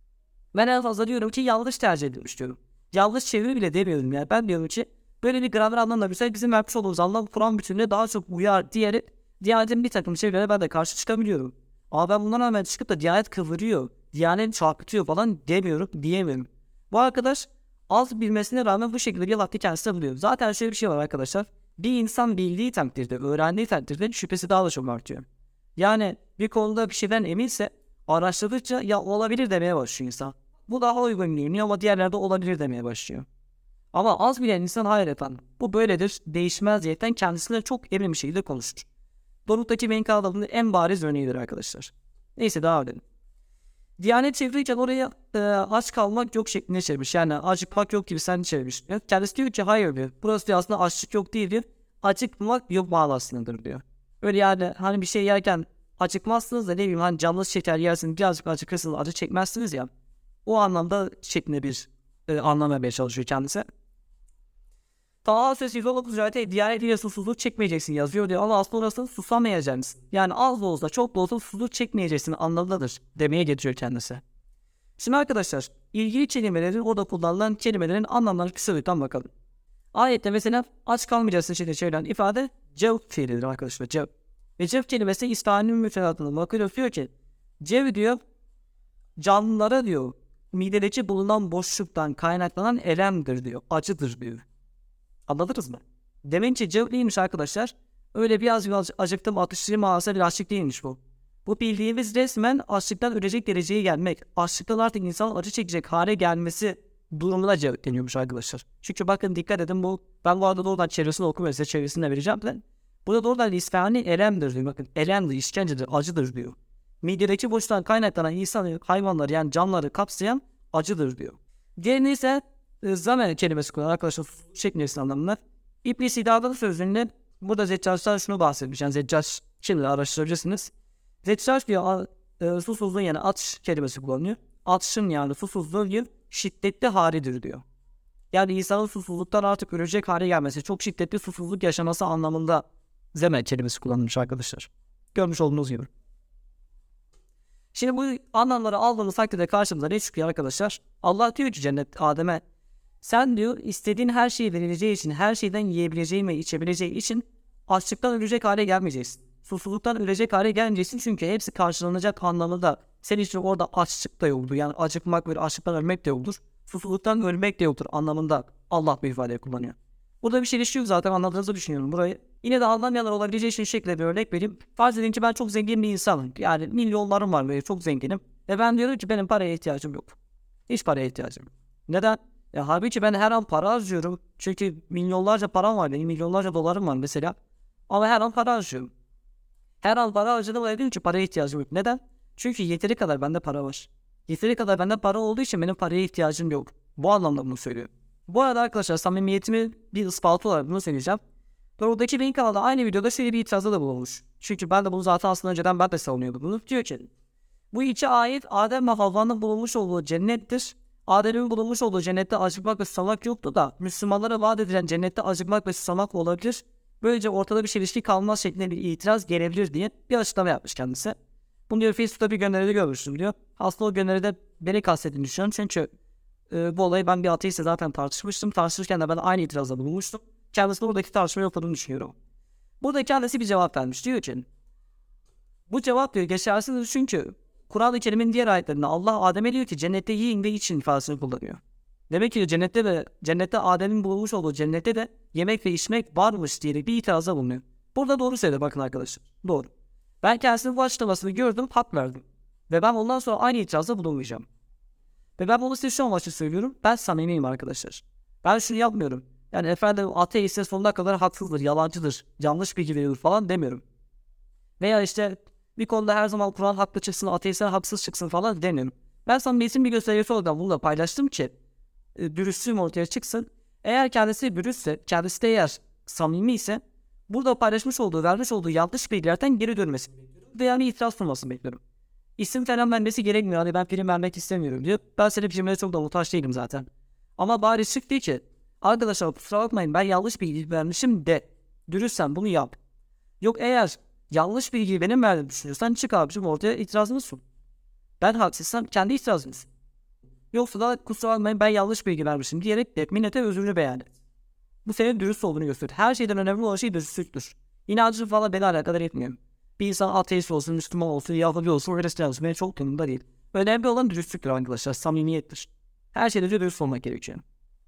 Ben en fazla diyorum ki yanlış tercih edilmiş diyorum. Yanlış çeviri bile demiyorum yani. Ben diyorum ki böyle bir gramer anlamda mesela bizim vermiş olduğumuz anlam Kur'an bütününe daha çok uyar diğeri Diyanet'in bir takım çevirilere ben de karşı çıkabiliyorum. Ama ben bundan rağmen çıkıp da Diyanet kıvırıyor, Diyanet çarpıtıyor falan demiyorum, diyemiyorum. Bu arkadaş az bilmesine rağmen bu şekilde bir vakti kendisi buluyor. Zaten şöyle bir şey var arkadaşlar. Bir insan bildiği takdirde, öğrendiği takdirde şüphesi daha da çok artıyor. Yani bir konuda bir şeyden eminse araştırdıkça ya olabilir demeye başlıyor insan. Bu daha uygun görünüyor ama diğerlerde olabilir demeye başlıyor. Ama az bilen insan hayır efendim. Bu böyledir, değişmez diyetten kendisine çok emin bir şekilde konuşur. Doruk'taki beyin kanalının en bariz örneğidir arkadaşlar. Neyse devam edelim. Diyanet çevirirken oraya e, aç kalmak yok şeklinde çevirmiş. Yani acıkmak yok gibi sen çevirmiş. Kendisi diyor ki hayır diyor. Burası diyor aslında açlık yok değil diyor. Acıkmak yok manasındadır diyor. Öyle yani hani bir şey yerken acıkmazsınız da ne bileyim hani canlı şeker yersiniz birazcık acıkırsınız acı çekmezsiniz ya. O anlamda şeklinde bir e, anlam vermeye çalışıyor kendisi. Taha Suresi yüz on dokuz ayette Diyanet ile susuzluk çekmeyeceksin yazıyor diyor ama aslında orası susamayacaksın. Yani az da olsa çok da olsa susuzluk çekmeyeceksin anlamındadır demeye getiriyor kendisi. Şimdi arkadaşlar ilgili kelimelerin orada kullanılan kelimelerin anlamlarını kısa bir bakalım. Ayette mesela aç kalmayacaksın şeklinde çevrilen ifade cev fiilidir arkadaşlar. Cev. Ve cev kelimesi İslam'ın müfredatında bakıyor diyor ki cev diyor canlılara diyor midedeki bulunan boşluktan kaynaklanan elemdir diyor. Acıdır diyor. Anladınız mı? Demek ki cev değilmiş arkadaşlar. Öyle biraz biraz acıktım atıştırayım ağzına bir açlık değilmiş bu. Bu bildiğimiz resmen açlıktan ölecek dereceye gelmek. Açlıktan artık insan acı çekecek hale gelmesi durumuna cev deniyormuş arkadaşlar. Çünkü bakın dikkat edin bu. Ben bu arada doğrudan çevresini okumuyorum. Size çevresini de vereceğim. Ben. Burada doğrudan isfani elemdir diyor. Bakın elemdir, işkencedir, acıdır diyor. Midedeki boşluğdan kaynaklanan insan, hayvanları yani canlıları kapsayan acıdır diyor. Diğeri ise e, zaman kelimesi kullanan arkadaşlar şeklinde anlamına. İbn-i Sida'nın sözünde burada Zeccaç'tan şunu bahsetmiş. Yani Zeccaç şimdi araştırabilirsiniz. Zeccaç diyor e, susuzluğun yani atış kelimesi kullanıyor. Atışın yani susuzluğun şiddetli halidir diyor. Yani insanın susuzluktan artık ölecek hale gelmesi, çok şiddetli susuzluk yaşaması anlamında zemen kelimesi kullanılmış arkadaşlar. Görmüş olduğunuz gibi. Şimdi bu anlamları aldığımız takdirde karşımıza ne çıkıyor arkadaşlar? Allah diyor ki cennet Adem'e sen diyor istediğin her şeyi verileceği için, her şeyden yiyebileceğin ve içebileceği için açlıktan ölecek hale gelmeyeceksin. Susuzluktan ölecek hale gelmeyeceksin çünkü hepsi karşılanacak anlamında. Senin için orada açlık da yoktur. Yani acıkmak ve açlıktan ölmek de yoktur. Susuzluktan ölmek de yoktur anlamında Allah bir ifade kullanıyor. Burada bir şey yok zaten anladığınızı düşünüyorum burayı. Yine de anlamayanlar olabileceği için şekilde bir örnek vereyim. Farz edin ki ben çok zengin bir insanım. Yani milyonlarım var ve çok zenginim. Ve ben diyorum ki benim paraya ihtiyacım yok. Hiç paraya ihtiyacım yok. Neden? Ya halbuki ben her an para harcıyorum. Çünkü milyonlarca param var. Benim milyonlarca dolarım var mesela. Ama her an para harcıyorum. Her an para harcadığım ve diyorum ki paraya ihtiyacım yok. Neden? Çünkü yeteri kadar bende para var. Yeteri kadar bende para olduğu için benim paraya ihtiyacım yok. Bu anlamda bunu söylüyorum. Bu arada arkadaşlar samimiyetimi bir ispatı olarak bunu söyleyeceğim. Doğrudaki benim kanalda aynı videoda şöyle bir itirazda da bulunmuş. Çünkü ben de bunu zaten aslında önceden ben de savunuyordum bunu. Diyor ki bu iki ayet Adem ve Havva'nın bulunmuş olduğu cennettir. Adem'in bulunmuş olduğu cennette acıkmak ve susamak yoktu da Müslümanlara vaat edilen cennette acıkmak ve susamak olabilir. Böylece ortada bir çelişki kalmaz şeklinde bir itiraz gelebilir diye bir açıklama yapmış kendisi. Bunu diyor Facebook'ta bir gönderide görmüştüm diyor. Aslında o gönderide beni kastettiğini düşünüyorum çünkü e, bu olayı ben bir ateistle zaten tartışmıştım. Tartışırken de ben aynı itirazda bulunmuştum. Kendisine buradaki tartışma yokladığını düşünüyorum. Burada kendisi bir cevap vermiş. Diyor ki bu cevap diyor geçersizdir çünkü Kur'an-ı Kerim'in diğer ayetlerinde Allah Adem'e diyor ki cennette yiyin ve için ifadesini kullanıyor. Demek ki cennette ve cennette Adem'in bulunmuş olduğu cennette de yemek ve içmek varmış diyerek bir itirazda bulunuyor. Burada doğru söyledi bakın arkadaşlar. Doğru. Ben kendisinin bu açıklamasını gördüm, hak verdim. Ve ben ondan sonra aynı itirazda bulunmayacağım. Ve ben bunu size şu amaçla söylüyorum. Ben samimiyim arkadaşlar. Ben şunu yapmıyorum. Yani efendim ateist sonuna kadar haksızdır, yalancıdır, yanlış bilgi veriyor falan demiyorum. Veya işte bir konuda her zaman Kur'an haklı çıksın, ateistler haksız çıksın falan demiyorum. Ben samimiyetin bir göstergesi olarak bunu da paylaştım ki e, dürüstlüğüm ortaya çıksın. Eğer kendisi dürüstse, kendisi de eğer samimi ise burada paylaşmış olduğu, vermiş olduğu yanlış bilgilerden geri dönmesini bekliyorum. Veya bir itiraz sunmasını bekliyorum. İsim falan vermesi gerekmiyor. Hani ben prim vermek istemiyorum diyor. Ben senin primlere çok da muhtaç değilim zaten. Ama bari çık değil ki arkadaşlar kusura bakmayın ben yanlış bilgi vermişim de dürüstsen bunu yap. Yok eğer yanlış bilgiyi benim verdiğimi düşünüyorsan çık abicim ortaya itirazını sun. Ben haksızsam kendi itirazını sun. Yoksa da kusura bakmayın ben yanlış bilgi vermişim diyerek de millete özrünü beyan et. Bu senin dürüst olduğunu gösterir. Her şeyden önemli olan şey dürüstlüktür. İnancı falan beni alakadar etmiyor. Bir insan ateist olsun, Müslüman olsun, Yahudi olsun, Hristiyan olsun beni çok yanımda değil. Önemli olan dürüstlüktür arkadaşlar, samimiyettir. Her şeyde dürüst olmak gerekiyor.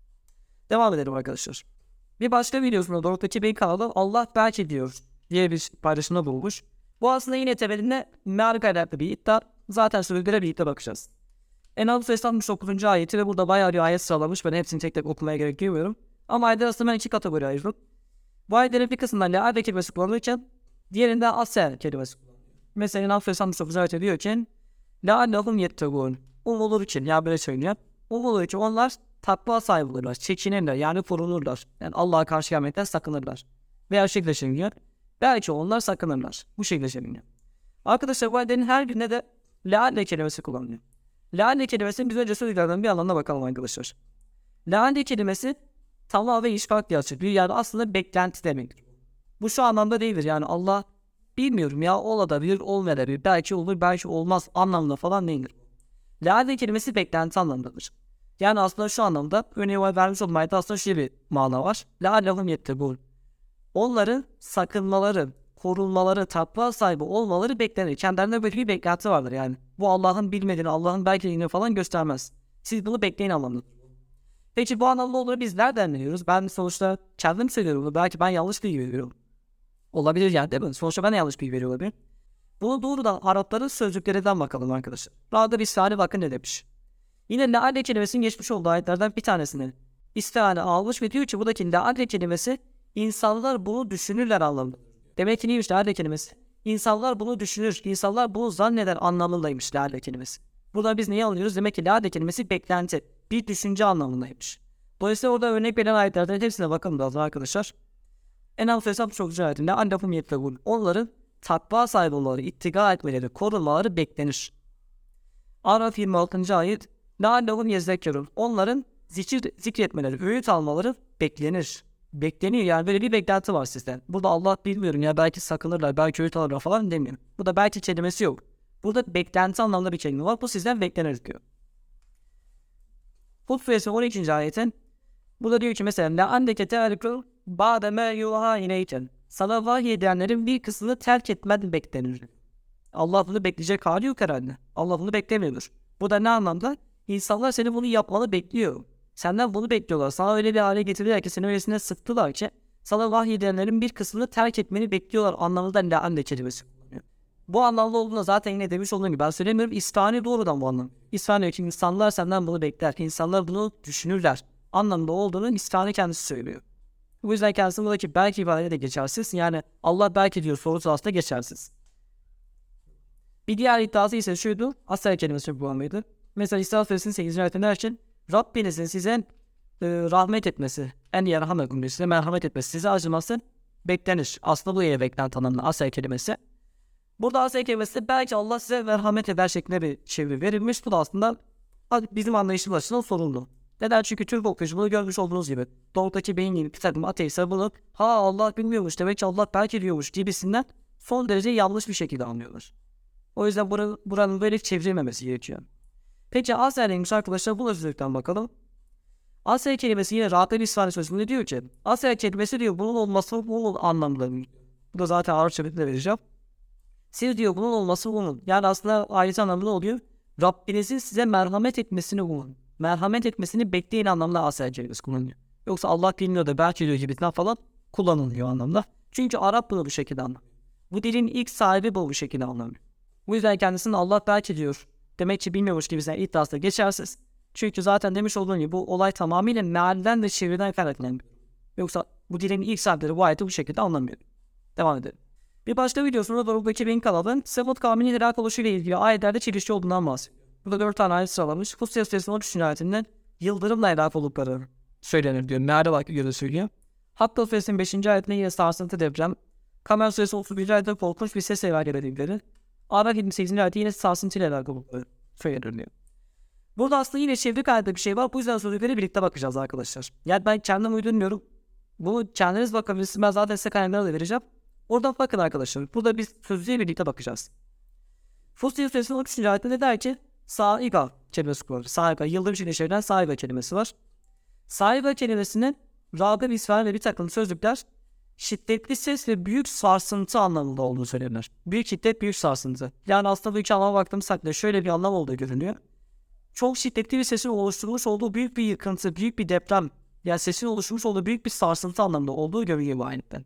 Devam edelim arkadaşlar. Bir başka videosunda Doruk'taki Bey kanalı Allah belki diyor diye bir paylaşımda bulmuş. Bu aslında yine temelinde meal kaynaklı bir iddia. Zaten sözlere birlikte bakacağız. Enam Suresi altmış dokuzuncu ayeti ve burada bayağı bir ayet sıralamış. Ben hepsini tek tek okumaya gerek duymuyorum. Ama ayetler aslında ben iki kategori ayırdım. Bu ayetlerin bir kısmından le'ade kelimesi kullanılırken diğerinde asel kelimesi kullanılıyor. Mesela Enam Suresi altmış dokuzuncu ayeti diyor ki le'annehum yettegûn. Umulur için ya böyle söylüyor. Umulur için onlar takva sahibi olurlar, çekinirler yani korunurlar. Yani Allah'a karşı gelmekten sakınırlar. Veya şu şekilde söyleniyor. Belki onlar sakınırlar. Bu şekilde söyleniyor. Arkadaşlar bu ayetlerin her birine de le'ade kelimesi kullanılıyor. Le'ade kelimesinin biz önce söylediklerden bir anlamına bakalım arkadaşlar. Le'ade kelimesi tamam ve işfak diye açıklıyor. Yani aslında beklenti demektir. Bu şu anlamda değildir. Yani Allah bilmiyorum ya olabilir olmayabilir. Belki olur belki olmaz anlamında falan değildir. Le'ade kelimesi beklenti anlamındadır. Yani aslında şu anlamda örneğin vermiş olduğum ayette aslında şöyle bir mana var. لَعَلَّهُمْ يَتَّقُونَ. Onların sakınmaları, korunmaları, takva sahibi olmaları beklenir. Kendilerine böyle bir beklenti vardır yani. Bu Allah'ın bilmediğini, Allah'ın belki bildiğini falan göstermez. Siz bunu bekleyin anlamında. Peki bu anlamda onları biz nereden biliyoruz? Ben sonuçta kendim söylüyorum bunu. Belki ben yanlış bilgi veriyorum. Olabilir yani değil mi? Sonuçta ben de yanlış bilgi veriyor olabilirim. Bunu doğrudan Arapların sözlüklerinden bakalım arkadaşlar. Ra'da bir sahne bakın ne demiş. Yine leale kelimesinin geçmiş olduğu ayetlerden bir tanesini istihane almış ve diyor ki buradaki leale kelimesi insanlar bunu düşünürler anlamında. Demek ki neymiş leale kelimesi? İnsanlar bunu düşünür, insanlar bunu zanneder anlamındaymış leale kelimesi. Burada biz neyi anlıyoruz? Demek ki leale kelimesi beklenti, bir düşünce anlamındaymış. Dolayısıyla orada örnek verilen ayetlerden hepsine bakalım biraz arkadaşlar. En hesap çok güzel ayetinde andafum yetfegun. Onların takva sahibi olmaları, ittiga etmeleri, korunmaları beklenir. Araf yirmi altıncı ayet لَعَلَّهُمْ يَزَّكَّرُونَ. Onların zikir, zikretmeleri, öğüt almaları beklenir. Bekleniyor yani böyle bir beklenti var sizden. Burada Allah bilmiyorum ya belki sakınırlar, belki öğüt alırlar falan demiyorum. Burada belki kelimesi yok. Burada beklenti anlamında bir kelime var. Bu sizden beklenir diyor. Hud suresi on ikinci ayetin burada diyor ki mesela لَاَنَّكَ تَعْرِكُ بَعْدَ مَا يُوحَى اِلَيْكَ. Sana vahiy edenlerin bir kısmını terk etmen beklenir. Allah bunu bekleyecek hali yok herhalde. Allah bunu beklemiyordur. Bu da ne anlamda? İnsanlar seni bunu yapmanı bekliyor. Senden bunu bekliyorlar. Sana öyle bir hale getirdiler ki seni öylesine sıktılar ki sana vahiy edenlerin bir kısmını terk etmeni bekliyorlar anlamında le'anne kelimesi kullanıyor. Bu anlamda olduğunda zaten yine demiş olduğum gibi ben söylemiyorum. İstihane doğrudan bu anlam. İstihane için insanlar senden bunu bekler. İnsanlar bunu düşünürler. Anlamda olduğunu istihane kendisi söylüyor. Bu yüzden kendisi buradaki belki ibadete de geçersiz. Yani Allah belki diyor sorusu aslında geçersiz. Bir diğer iddiası ise şuydu. Asel kelimesi kullanmaydı. Mesela İsra Suresinin sekizinci ayetinde der için Rabbinizin size e, rahmet etmesi, en yerhamekum size merhamet etmesi, size acıması beklenir. Aslında bu yere beklenti tanımlı asel kelimesi. Burada asel kelimesi belki Allah size merhamet eder şeklinde bir çeviri verilmiş. Bu da aslında bizim anlayışımız açısından sorunlu. Neden? Çünkü Türk okuyuculuğu görmüş olduğunuz gibi doğudaki beyin gibi bir takım ateistler bunu ha Allah bilmiyormuş demek ki Allah belki diyormuş gibisinden son derece yanlış bir şekilde anlıyorlar. O yüzden buranın, buranın böyle çevrilmemesi gerekiyor. Peki asel neymiş arkadaşlar? Bu özürlükten bakalım. Asel kelimesi yine Rahat-ı İsrail sözünde diyor ki asel kelimesi diyor bunun olması bunun anlamlarını. Bu da zaten Arapçada vereceğim. Siz diyor bunun olması bunun. Yani aslında ayrıca anlamında oluyor. Rabbinizin size merhamet etmesini umun. Merhamet etmesini bekleyin anlamda asel kelimesi kullanılıyor. Yoksa Allah bilmiyor da belki diyor gibisinden falan kullanılıyor anlamda. Çünkü Arap bunu bu şekilde anlamıyor. Bu dilin ilk sahibi bu bu şekilde anlamıyor. Bu yüzden kendisinin Allah belki diyor. Demek ki bilmiyormuş gibisinden iddiası da geçersiz. Çünkü zaten demiş olduğum gibi bu olay tamamıyla mealden ve çeviriden kaynaklanıyor. Yoksa bu dilin ilk sahipleri bu ayeti bu şekilde anlamıyor. Devam edelim. Bir başka videosunda Doruk'taki Beyin kanalının Semud kavminin helak oluşuyla ilgili ayetlerde çelişki olduğundan bahsediyor. Burada dört tane ayet sıralamış. Fussilet Suresinin on üçüncü ayetinden yıldırımla helak oldukları söylenir diyor. Meale bak göre söylüyor. Hakka Suresinin beşinci ayetinde yine sarsıntı deprem. Kamer Suresi otuz birinci ayetinde korkunç bir ses helak edildikleri. Araf yirmi sekizinci ayette yine sarsıntıyla helak oldukları söylenir diyor. Burada aslında yine çevrik ayette bir şey var. Bu yüzden sözlükleri birlikte bakacağız arkadaşlar. Yani ben kendim uydurmuyorum. Bunu kendiniz bakabilirsiniz. Ben zaten size kaynakları da vereceğim. Oradan bakın arkadaşlar. Burada biz sözlüğe birlikte bakacağız. Fussilet Suresinin on üçüncü ayette ne der ki? Saiga kelimesi kullanılır. Saiga, yıldırım içinde çevrilen saiga kelimesi var. Saiga kelimesinin Ra'da İsrail ve bir takım sözlükler şiddetli ses ve büyük sarsıntı anlamında olduğunu söylerler. Büyük şiddet, büyük sarsıntı. Yani aslında bu iki anlama baktığımız takdirde şöyle bir anlam olduğu görünüyor. Çok şiddetli bir sesin oluşturmuş olduğu büyük bir yıkıntı, büyük bir deprem, yani sesin oluşturmuş olduğu büyük bir sarsıntı anlamında olduğu görünüyor bu ayetten.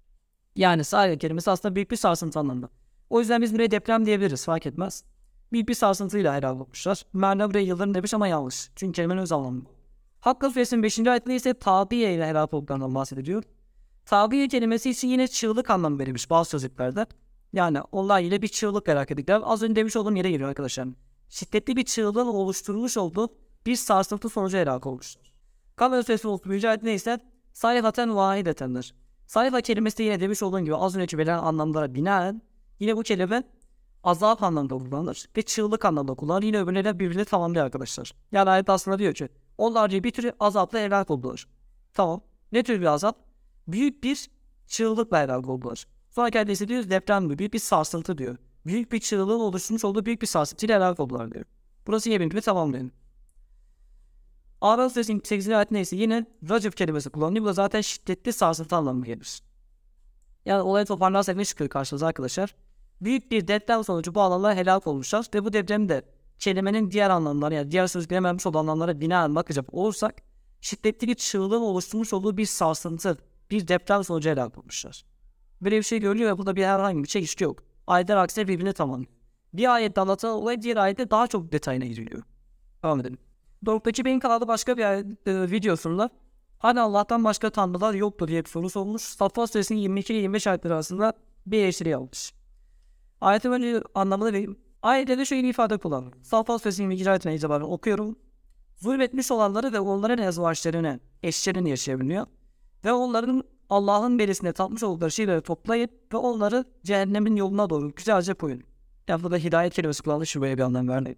Yani saiga kelimesi aslında büyük bir sarsıntı anlamında. O yüzden biz buraya deprem diyebiliriz, fark etmez. Büyük bir sarsıntıyla helak olmuşlar. Merna buraya yıldırım demiş ama yanlış. Çünkü kelimenin öz anlamı. Hakka Suresinin beşinci ayetinde ise tabiye ile helak olduklarından bahsediliyor. Tabiye kelimesi için yine çığlık anlamı verilmiş bazı sözlüklerde. Yani onlar yine bir çığlık helak edildiler. Az önce demiş olduğum yere geliyor arkadaşlar. Şiddetli bir çığlığın oluşturmuş olduğu bir sarsıntı sonucu helak olmuşlar. Kamer Suresinin otuz birinci ayetinde ise sayfaten vahidetendir. Sayfa kelimesi de yine demiş olduğum gibi az önceki verilen anlamlara binaen yine bu kelime azap anlamda kullanılır ve çığlık anlamda kullanılır. Yine öbürleri birbirini tamamlıyor arkadaşlar. Yani ayet aslında diyor ki onlarca bir tür azapla helak oldular. Tamam. Ne tür bir azap? Büyük bir çığlıkla helak oldular. Sonra kendisi diyor deprem mi? Büyük bir sarsıntı diyor. Büyük bir çığlığın oluşturmuş olduğu büyük bir sarsıntıyla helak oldular diyor. Burası yine birbirini tamamlayın. Araf suresinin sekizinci ayet neyse yine racif kelimesi kullanılıyor. Bu da zaten şiddetli sarsıntı anlamına gelir. Yani olayı toparlarsak ne çıkıyor karşınıza arkadaşlar? Büyük bir deprem sonucu bu alanlar helak olmuşlar ve bu depremi de kelimenin diğer anlamları yani diğer sözcüklerin vermiş olan anlamlara binaen bakacak olursak şiddetli bir çığlığın oluşturmuş olduğu bir sarsıntı, bir deprem sonucu helak olmuşlar. Böyle bir şey görülüyor ve burada bir herhangi bir çelişki yok. Ayetler aksine birbirini tamamlıyor. Bir ayette anlatılan olay diğer ayette daha çok detayına giriliyor. Devam edelim. Doruk'taki Bey'in kanalı başka bir ayet, e, videosunda hani Allah'tan başka tanrılar yoktur diye bir soru sormuş. Saffat suresinin yirmi iki ile yirmi beş ayetleri arasında bir eleştiri yapmış. Ayetin önce anlamını vereyim. Ayette de şöyle bir ifade kullanıyor. Saffat suresinin yirmi iki ayetine itibaren okuyorum. Zulmetmiş olanları ve onların ezvaçlarını, eşlerini yaşayabiliyor. Ve onların Allah'ın berisine tatmış oldukları şeyleri toplayın ve onları cehennemin yoluna doğru güzelce koyun. Yani burada hidayet kelimesi kullanılmış şuraya bir anlam vermeyin.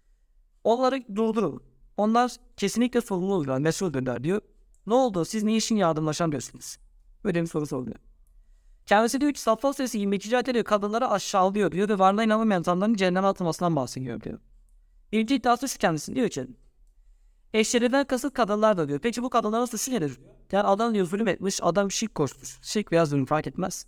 Onları durdurun. Onlar kesinlikle sorumlular, mesuldürler diyor. Ne oldu? Siz ne için yardımlaşamıyorsunuz? Böyle bir soru soruyor. Kendisi diyor ki Saffat suresi yirmi iki ayette diyor kadınları aşağılıyor diyor ve varlığına inanmayan insanların cehenneme atılmasından bahsediyor diyor. Birinci iddiası şu kendisi diyor ki eşlerinden kasıt kadınlar da diyor. Peki bu kadınların suçu nedir? Yani adam diyor zulüm etmiş, adam şirk koşmuş. Şirk veya zulüm fark etmez.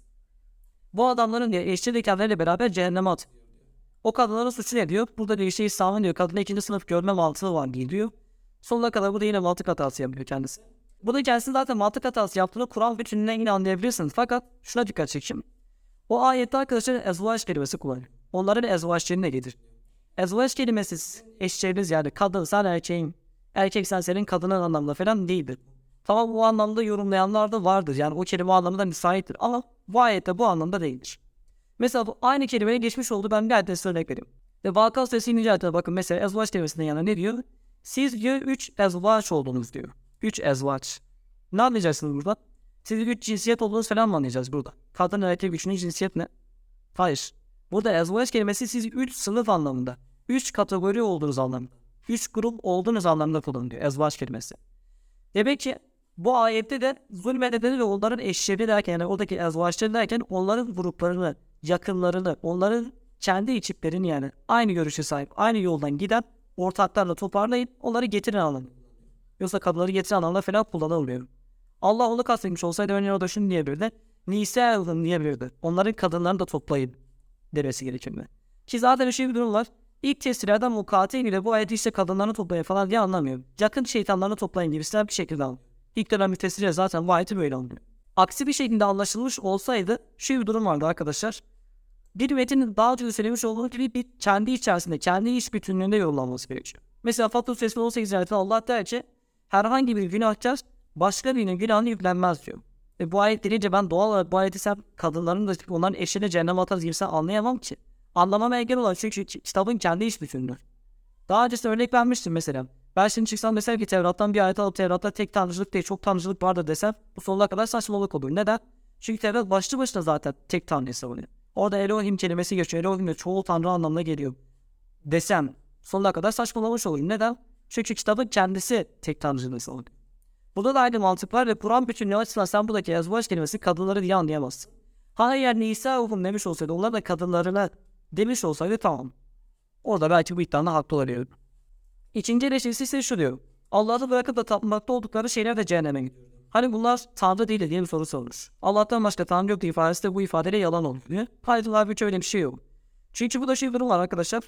Bu adamların diyor eşleri kendileriyle beraber cehenneme atılıyor. O kadınların suçu ne diyor? Burada diyor işte İslam'ın diyor kadına ikinci sınıf görme mantığı var diyor. Sonuna kadar bu da yine mantık hatası yapıyor kendisi. Bu da kendisi zaten mantık hatası yaptığını Kur'an bütününden yine anlayabilirsiniz. Fakat şuna dikkat çekeyim. O ayette arkadaşlar ezvaç kelimesi kullanıyor. Onların ezvaçları ne gelir? Ezvaç kelimesi eşleriniz yani kadın sen erkeğin, erkek sen senin kadının anlamında falan değildir. Tamam bu anlamda yorumlayanlar da vardır. Yani o kelime anlamında müsaittir ama bu ayette bu anlamda değildir. Mesela bu aynı kelimeye geçmiş oldu. Ben bir ayette örnek vereyim. Ve Vakıa suresi yirminci ayette bakın mesela ezvaç kelimesinden yana ne diyor? Siz diyor üç ezvaç oldunuz diyor. Üç ezvaç. Ne anlayacaksınız burada? Siz üç cinsiyet olduğunuz falan mı anlayacağız burada? Kadın erkek üçüncü cinsiyet ne? Hayır. Burada ezvaç kelimesi siz üç sınıf anlamında. Üç kategori olduğunuz anlamında. Üç grup olduğunuz anlamında kullanılıyor ezvaç kelimesi. Demek ki bu ayette de zulmedeni ve onların eşleri derken yani oradaki ezvaçları derken onların gruplarını, yakınlarını, onların kendi içiplerini yani aynı görüşe sahip, aynı yoldan giden ortaklarla toparlayıp onları getirin anlamında. Yoksa kadınları getiren anlamda falan kullanılmıyor. Allah onu kastetmiş olsaydı örneğin o da şunu diyebilirdi. Nisa'ın diyebilirdi. Onların kadınlarını da toplayın demesi gerekirdi. Ki zaten şey bir durum var. İlk tefsirlerden mukatil ile bu ayeti işte kadınlarını toplayın falan diye anlamıyor. Yakın şeytanlarını toplayın gibisinden bir şekilde anlıyor. İlk dönem müfessirler zaten bu ayeti böyle anlıyor. Aksi bir şekilde anlaşılmış olsaydı şu bir durum vardı arkadaşlar. Bir metinin daha önce söylemiş olduğu gibi bir kendi içerisinde, kendi iş bütünlüğünde yorumlanması gerekiyor. Mesela Fatih Suresi on sekiz ayetinde Allah der ki herhangi bir günahkar başka birinin günahını yüklenmez diyor. E bu ayet deyince ben doğal olarak bu ayeti sen kadınların da onların eşine cehenneme atarız gibi sen anlayamam ki. Anlamama engel olan çünkü kitabın kendi iş bütünlüğü. Daha önce örnek vermiştim mesela. Ben şimdi çıksam mesela ki Tevrat'tan bir ayet alıp Tevrat'ta tek tanrıcılık değil çok tanrıcılık vardır desem bu sonuna kadar saçmalık olur. Neden? Çünkü Tevrat başlı başına zaten tek tanrıyı savunuyor. Orada Elohim kelimesi geçiyor. Elohim de çoğu tanrı anlamına geliyor. Desem sonuna kadar saçmalamış olur. Neden? Çünkü kitabın kendisi tek tanrıcılığı savunuyor. Burada da aynı mantık var ve Kur'an bütünlüğü açısından sen buradaki ezvaç kelimesi kadınları diye anlayamazsın. Ha eğer Nisa uhum demiş olsaydı onlar da kadınlarına demiş olsaydı tamam. Orada belki bu iddianın haklı olabilir. İkinci eleştirisi ise şu diyor. Allah'ı bırakıp da tapmakta oldukları şeyler de cehenneme gidiyor. Hani bunlar tanrı değil diye bir soru sormuş. Allah'tan başka tanrı yok ifadesi de bu ifadeyle yalan oluyor. Hayır halbuki öyle bir şey yok. Çünkü burada şey bir durum var arkadaşlar.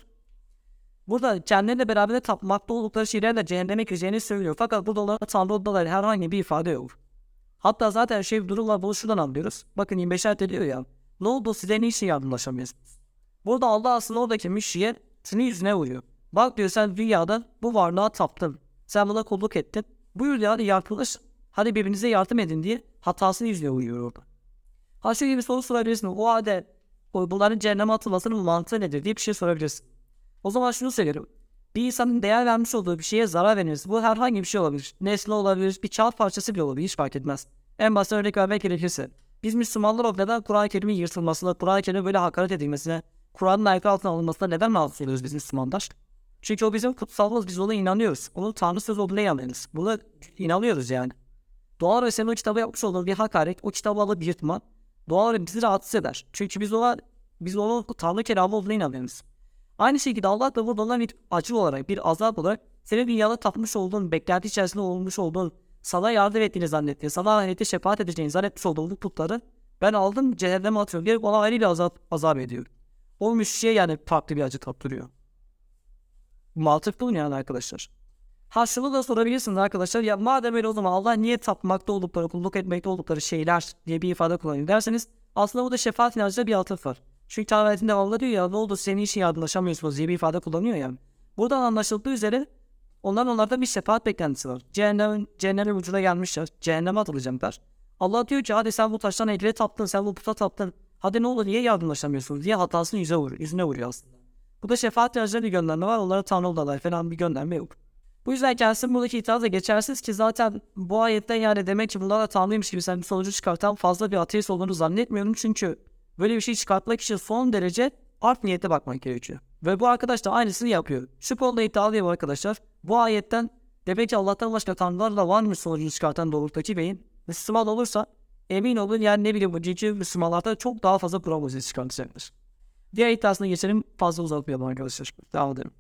Burada kendileriyle beraber tapmakta oldukları şeylerle cehenneme gireceğini söylüyor. Fakat burada onlara tanrı olduğuna herhangi bir ifade yok. Hatta zaten şey bir durum var bunu şuradan anlıyoruz. Bakın yirmi beş ayet diyor ya. Ne oldu size ne için yardımlaşamıyorsunuz? Burada Allah aslında oradaki müşriye senin yüzüne vuruyor. Bak diyor sen dünyada bu varlığa taptın. Sen buna kulluk ettin. Buyur ya hadi yaratılış. Hadi birbirinize yardım edin diye hatasını yüzüne vuruyor orada. Ha şu gibi bir soru sorabilirsin. O halde bunların cehenneme atılmasının mantığı nedir diye bir şey sorabilirsin. O zaman şunu söylerim. Bir insanın değer vermiş olduğu bir şeye zarar veririz. Bu herhangi bir şey olabilir. Nesne olabilir, bir kağıt parçası bile olabilir. Hiç fark etmez. En basit örnek vermek gerekirse. Biz Müslümanlar o neden Kur'an-ı Kerim'in yırtılmasına, Kur'an-ı Kerim'e böyle hakaret edilmesine, Kur'an'ın aykırı altına alınmasına neden rahatsız oluyoruz biz Müslümanlar? Çünkü o bizim kutsallığımız. Biz ona inanıyoruz. Onun Tanrı sözü olduğuna inanıyoruz. Buna inanıyoruz yani. Doğal olarak senin o kitaba yapmış olduğun bir hakaret, o kitabı alıp yırtma, doğal olarak bizi rahatsız eder. Çünkü biz ona, biz onun Tanrı kelamı olduğuna inanıyoruz. Aynı şekilde Allah da burada bir acı olarak, bir azap olarak senin dünyada tapmış olduğun, beklenti içerisinde olmuş olduğun, sana yardım ettiğini zannettiğin, sana ahirette şefaat edeceğini zannetmiş olduğun bu putları ben aldım cehenneme atıyorum diye ona ayrıyla azap, azap ediyor. O müşriye yani farklı bir acı tattırıyor. Mantıklı mı yani arkadaşlar? Ha şunu da sorabilirsiniz arkadaşlar. Ya madem öyle o zaman Allah niye tapmakta oldukları, kulluk etmekte oldukları şeyler diye bir ifade kullanıyor derseniz aslında bu da şefaat inancında bir atıf var. Çünkü Tevrat'ın Allah diyor ya ne oldu senin için yardımlaşamıyorsunuz diye bir ifade kullanıyor yani. Buradan anlaşıldığı üzere onların onlarda bir şefaat beklentisi var. Cehennem, cehennemin ucuna gelmişler. Cehenneme atılacaklar. Allah diyor ki hadi sen bu taştan eline taptın, sen bu puta taptın. Hadi ne oldu niye yardımlaşamıyorsunuz diye hatasını yüze vuruyor, yüzüne vuruyor aslında. Bu da şefaat inancında bir gönderme var. Onlara Tanrı oldalar falan bir gönderme yok. Bu yüzden kendisi buradaki itiraz da geçersiz ki zaten bu ayetten yani demek ki bunlar da Tanrıymış gibi sen bir sonucu çıkartan fazla bir ateist olduğunu zannetmiyorum. Çünkü böyle bir şey çıkartmak için son derece art niyete bakmak gerekiyor. Ve bu arkadaş da aynısını yapıyor. Şu konuda iddialıyım arkadaşlar. Bu ayetten demek ki Allah'tan başka tanrılar da varmış sonucunu çıkartan doğrultudaki beyin. Müslüman olursa emin olun yani ne bileyim bu cici Müslümanlarda çok daha fazla probabilite çıkartacaktır. Diğer iddiasına geçelim fazla uzatmayalım arkadaşlar. Devam edelim.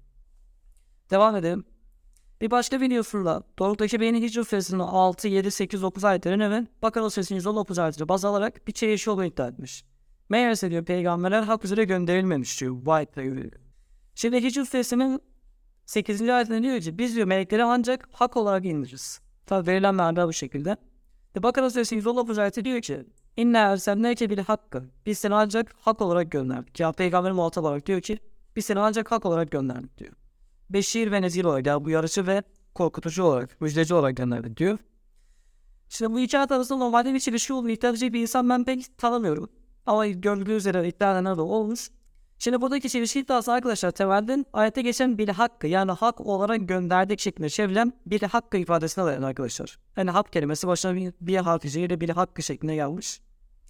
Devam edelim. Bir başka videosunda doğrultudaki beynin Hicr suresinin altı, yedi, sekiz, dokuz ayetlerine ve Bakara suresinin yüz on dokuz ayetleri baz alarak bir çelişki olduğunu iddia etmiş. Meğerse diyor peygamberler hak üzere gönderilmemiş diyor bu ayetlere göre. Şimdi Hicr suresinin sekizinci ayetinde diyor ki biz diyor melekleri ancak hak olarak indiririz. Tabi verilen mealde bu şekilde. De Bakara suresinin yüz on dokuz ayeti diyor ki İnne ersemneke bil hakkı. Biz seni ancak hak olarak gönderdik. Ya peygamber muhatap olarak diyor ki biz seni ancak hak olarak gönderdik diyor. Beşir ve nezir olarak yani bu yarıcı ve korkutucu olarak, müjdeci olarak gönderdik diyor. Şimdi bu iki ayet arasında normalde bir çelişki olduğunu iddia edecek bir insan ben pek tanımıyorum. Ama gördüğü üzere iddia edenler de olmuş. Şimdi buradaki çelişki iddiası arkadaşlar temelden ayette geçen bil hakkı yani hak olarak gönderdik şeklinde çevrilen bil hakkı ifadesine dayanır arkadaşlar. Yani hak kelimesi başına bir, bir harficiyle bil hakkı şeklinde gelmiş.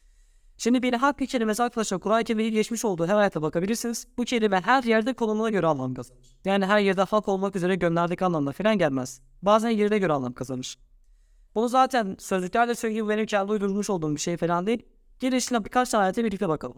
Şimdi bil hakkı kelimesi arkadaşlar Kur'an-ı Kerim'e geçmiş olduğu her ayete bakabilirsiniz. Bu kelime her yerde konumuna göre anlam kazanır. Yani her yerde hak olmak üzere gönderdik anlamda falan gelmez. Bazen yerine göre anlam kazanır. Bunu zaten sözlüklerle söyleyeyim benim kendi uydurmuş olduğum bir şey falan değil. Girişine birkaç tane ayete birlikte bakalım.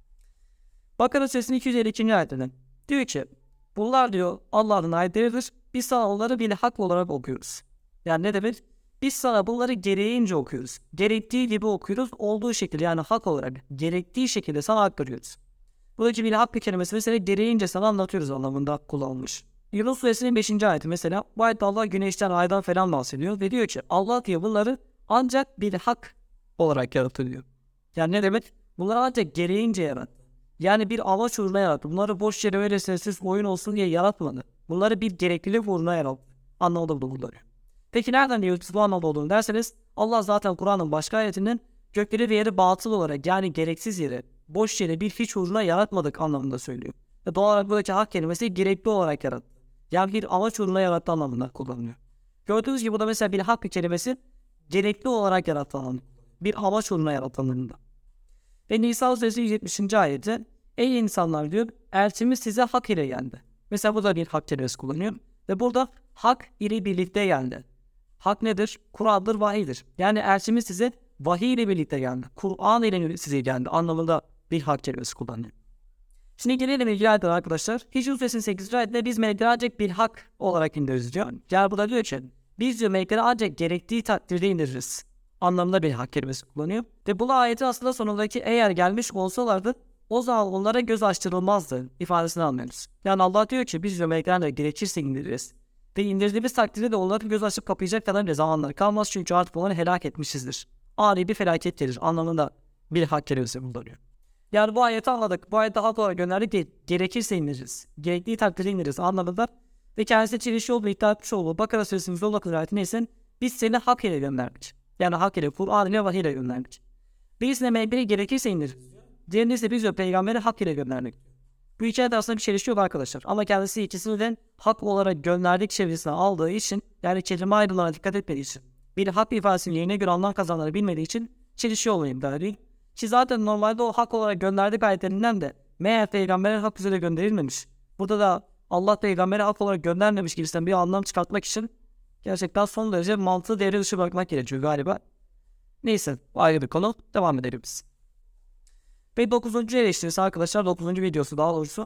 Bakara suresinin iki yüz elli ikinci ayetinde diyor ki bunlar diyor Allah'ın ayetleridir. Biz sana onları bil hak olarak okuyoruz. Yani ne demek? Biz sana bunları gereğince okuyoruz. Gerektiği gibi okuyoruz. Olduğu şekilde yani hak olarak gerektiği şekilde sana aktarıyoruz. Buradaki bil hakkı kelimesi mesela gereğince sana anlatıyoruz anlamında kullanılmış. Yunus suresinin beşinci ayeti mesela bu ayette Allah güneşten aydan falan bahsediyor ve diyor ki Allah diyor bunları ancak bil hak olarak yarattı diyor. Yani ne demek? Bunları ancak gereğince yarattı. Yani bir amaç uğruna yarattı. Bunları boş yere öyle sessiz oyun olsun diye yaratmadı. Bunları bir gereklilik uğruna yarattı. Anlamda bunları. Peki nereden diyoruz bu anlamda olduğunu derseniz Allah zaten Kur'an'ın başka ayetinden gökleri ve yeri batıl olarak yani gereksiz yere boş yere bir hiç uğruna yaratmadık anlamında söylüyor. Ve doğal olarak buradaki hak kelimesi gerekli olarak yarattı. Yani bir amaç uğruna yarattı anlamında kullanılıyor. Gördüğünüz gibi burada mesela bir hak kelimesi gerekli olarak yarattı anlamında. Bir amaç uğruna yarattı anlamında. Ve Nisa suresi yüz yetmişinci ayeti ey insanlar diyor elçimiz size hak ile geldi. Mesela burada bir hak kelimesi kullanıyor. Ve burada hak ile birlikte geldi. Hak nedir? Kur'an'dır, vahiydir. Yani elçimiz size vahiy ile birlikte geldi. Kur'an ile size geldi anlamında bir hak kelimesi kullanıyor. Şimdi gelelim ilgili ayetler arkadaşlar. Hicr suresinin sekizinci ayetinde biz melekleri ancak bir hak olarak indiririz diyor. Yani burada diyor ki biz diyor melekleri ancak gerektiği takdirde indiririz. Anlamında bir hak kelimesi kullanıyor. Ve bu ayeti aslında sonundaki eğer gelmiş olsalardı o zaman onlara göz açtırılmazdı ifadesini anlıyoruz. Yani Allah diyor ki biz diyor meleklerle gerekirse indiririz. Ve indirdiğimiz takdirde de onları göz açıp kapayacak kadar bir zamanlar kalmaz çünkü artık onları helak etmişizdir. Ani bir felaket gelir anlamında bir hak kelimesi kullanıyor. Yani bu ayeti anladık. Bu ayeti hak olarak gönderdik değil. Gerekirse indiririz. Gerektiği takdirde indiririz anlamında. Ve kendisi çelişki olduğu iddia etmiş olduğu Bakara suresinin yüz on dokuz ayeti neyse biz seni hak ile gönderdik. Yani hak ile Kur'an ile vahiy ile gönderdik. Birisine melekleri gerekirse indiririz. Diğerinde ise biz diyor peygamberi hak ile gönderdik. Bu iki ayet arasında bir çelişki yok arkadaşlar. Ama kendisi ikisini de hak olarak gönderdik çevresine aldığı için yani kelime ayrılığına dikkat etmediği için bir hak ifadesinin yerine göre anlam kazanları bilmediği için çelişki olayım der değil. Ki zaten normalde o hak olarak gönderdik ayetlerinden de meğer peygambere hak üzere gönderilmemiş. Burada da Allah peygambere hak olarak göndermemiş gibisinden bir anlam çıkartmak için gerçekten son derece mantığı devre dışı bırakmak gerekiyor galiba. Neyse bu ayrı bir konu. Devam edelim biz. Ve dokuzuncu eleştirisi arkadaşlar dokuzuncu videosu daha doğrusu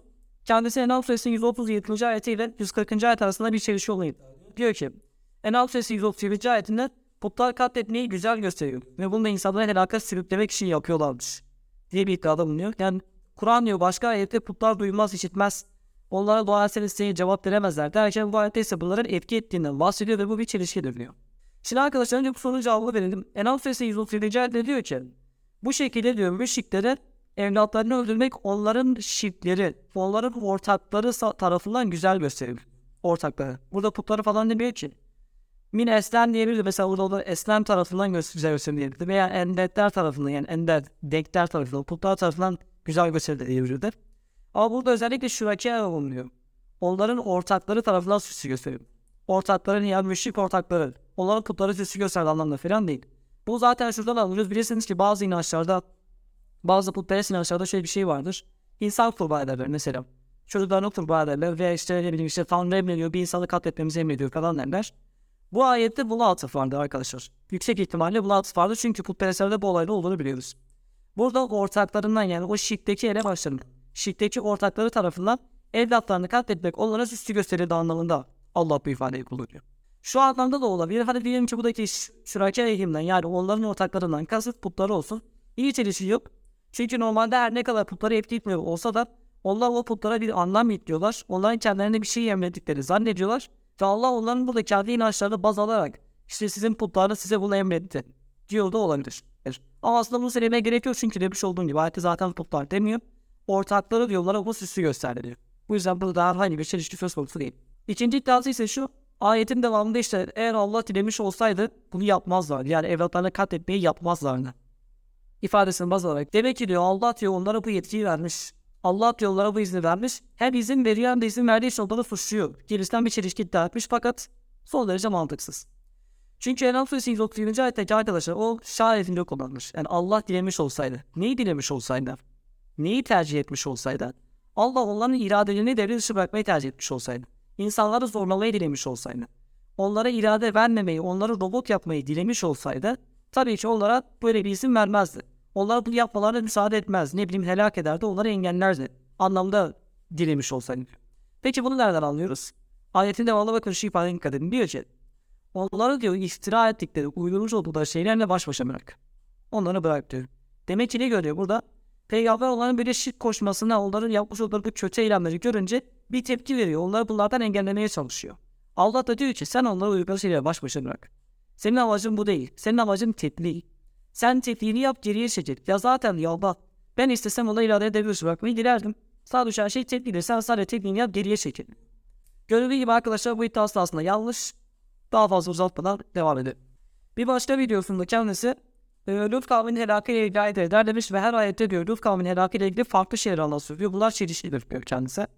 Kendisi En'am suresinin yüz otuz yedinci ayetiyle yüz kırkıncı ayet arasında bir çelişki olayı. Diyor ki En'am suresi yüz otuz yedinci ayetinde putlar katletmeyi güzel gösteriyor ve bunu da insanları helaka sürüklemek için yapıyorlarmış diye bir iddiada bulunuyor. Yani Kur'an diyor başka ayette putlar duymaz, işitmez, onlara dua etseniz cevap veremezler derken bu ayette ise bunların etki ettiğinden bahsediyor ve bu bir çelişkidir diyor. Şimdi arkadaşlar önce bu sorunun cevabını verelim. En'am suresi yüz otuz yedinci ayette diyor ki bu şekilde diyor müşriklere evlatlarını öldürmek onların şirkleri, onların ortakları tarafından güzel gösterilir. Ortakları. Burada putları falan demiyor ki. Min Eslem diyebilirdi. Mesela burada da Eslem tarafından güzel gösterilebilirdi. Veya Endetler tarafından, yani Ender, Denkler tarafından, putlar tarafından güzel gösterilebilirdi. Ama burada özellikle şuraki bulunuyor. Onların ortakları tarafından süslü gösteriyor. Ortakların yani müşrik ortakları. Onların putları süslü gösterdiği anlamda falan değil. Bu zaten şuradan alıyoruz. Bilirsiniz ki bazı inançlarda, bazı putperest inançlarda şöyle bir şey vardır. İnsan kurban ederler mesela. Çocuklarını kurban ederler veya işte ne bileyim işte Tanrı emrediyor, bir insanı katletmemizi emrediyor falan derler. Bu ayette buna atıf vardır arkadaşlar. Yüksek ihtimalle buna atıf vardır çünkü putperestlerde bu olayda olduğunu biliyoruz. Burada ortaklarından yani o şirkteki elebaşların, şirkteki ortakları tarafından evlatlarını katletmek onlara süslü gösterildiği anlamında Allah bu ifadeyi kullanıyor. Şu anlamda da olabilir. Hadi diyelim ki buradaki şuraki ehimden yani onların ortaklarından kasıt putları olsun. İyi çelişki yok. Çünkü normalde her ne kadar putları etki etmiyor olsa da onlar o putlara bir anlam yüklüyorlar. Onların kendilerine bir şey emrettiklerini zannediyorlar. Ve Allah onların burada kendi inançlarını baz alarak işte sizin putlarınız size bunu emretti diyor da olabilir. Ama aslında bunu söylemeye gerek yok çünkü demiş olduğum gibi ayette zaten putlar demiyor. Ortakları diyorlar bu süslü gösterdi diyor. Bu yüzden burada herhangi bir çelişki söz konusu değil. İkinci iddiası ise şu. Ayetin devamında işte eğer Allah dilemiş olsaydı bunu yapmazlardı. Yani evlatlarını katletmeyi yapmazlardı. İfadesini baz alarak. Demek ki diyor Allah diyor onlara bu yetkiyi vermiş. Allah diyor onlara bu izni vermiş. Hem izin veriyor hem de izin verdiği için onları suçluyor. Gerisinden bir çelişki iddia etmiş fakat son derece mantıksız. Çünkü En'am suresi yüz otuz yedinci ayetteki arkadaşlar o şayetinde kullanmış. Yani Allah dilemiş olsaydı. Neyi dilemiş olsaydı? Neyi tercih etmiş olsaydı? Allah onların iradelerini devre dışı bırakmayı tercih etmiş olsaydı. İnsanları zorlamayı dilemiş olsaydı. Onlara irade vermemeyi, onları robot yapmayı dilemiş olsaydı tabii ki onlara böyle bir izin vermezdi. Onlara bunu yapmalarına müsaade etmez. Ne bileyim helak ederdi, onları engellerdi. Anlamda dilemiş olsaydı. Peki bunu nereden anlıyoruz? Ayetin devamına bakın şu ifadeye dikkat edin. Diyor ki onları diyor iftira ettikleri, uydurmuş oldukları şeylerle baş başa bırak. Onları bırak diyor. Demek ki ne görüyor burada? Peygamber onların böyle şirk koşmasına, onların yapmış oldukları bu kötü eylemleri görünce bir tepki veriyor. Onları bunlardan engellemeye çalışıyor. Allah da diyor ki sen onları uydurmuş şeylerle baş başa bırak. Senin amacın bu değil. Senin amacın tebliğ. Sen tebliğini yap geriye çekil. Ya zaten ya Allah ben istesem ona irade edebilirsin bırakmayı dilerdim. Sağ düşen şey tebliğdir. Sen sadece tebliğini yap geriye çekil. Gördüğü gibi arkadaşlar bu iddiası aslında yanlış. Daha fazla uzatmadan devam edelim. Bir başka videosunda kendisi e, Lut kavminin helakıyla ilgili ayet eder demiş ve her ayette diyor Lut kavminin helakıyla ilgili farklı şeyler anlatıyor diyor. Bunlar çelişkidir diyor kendisi.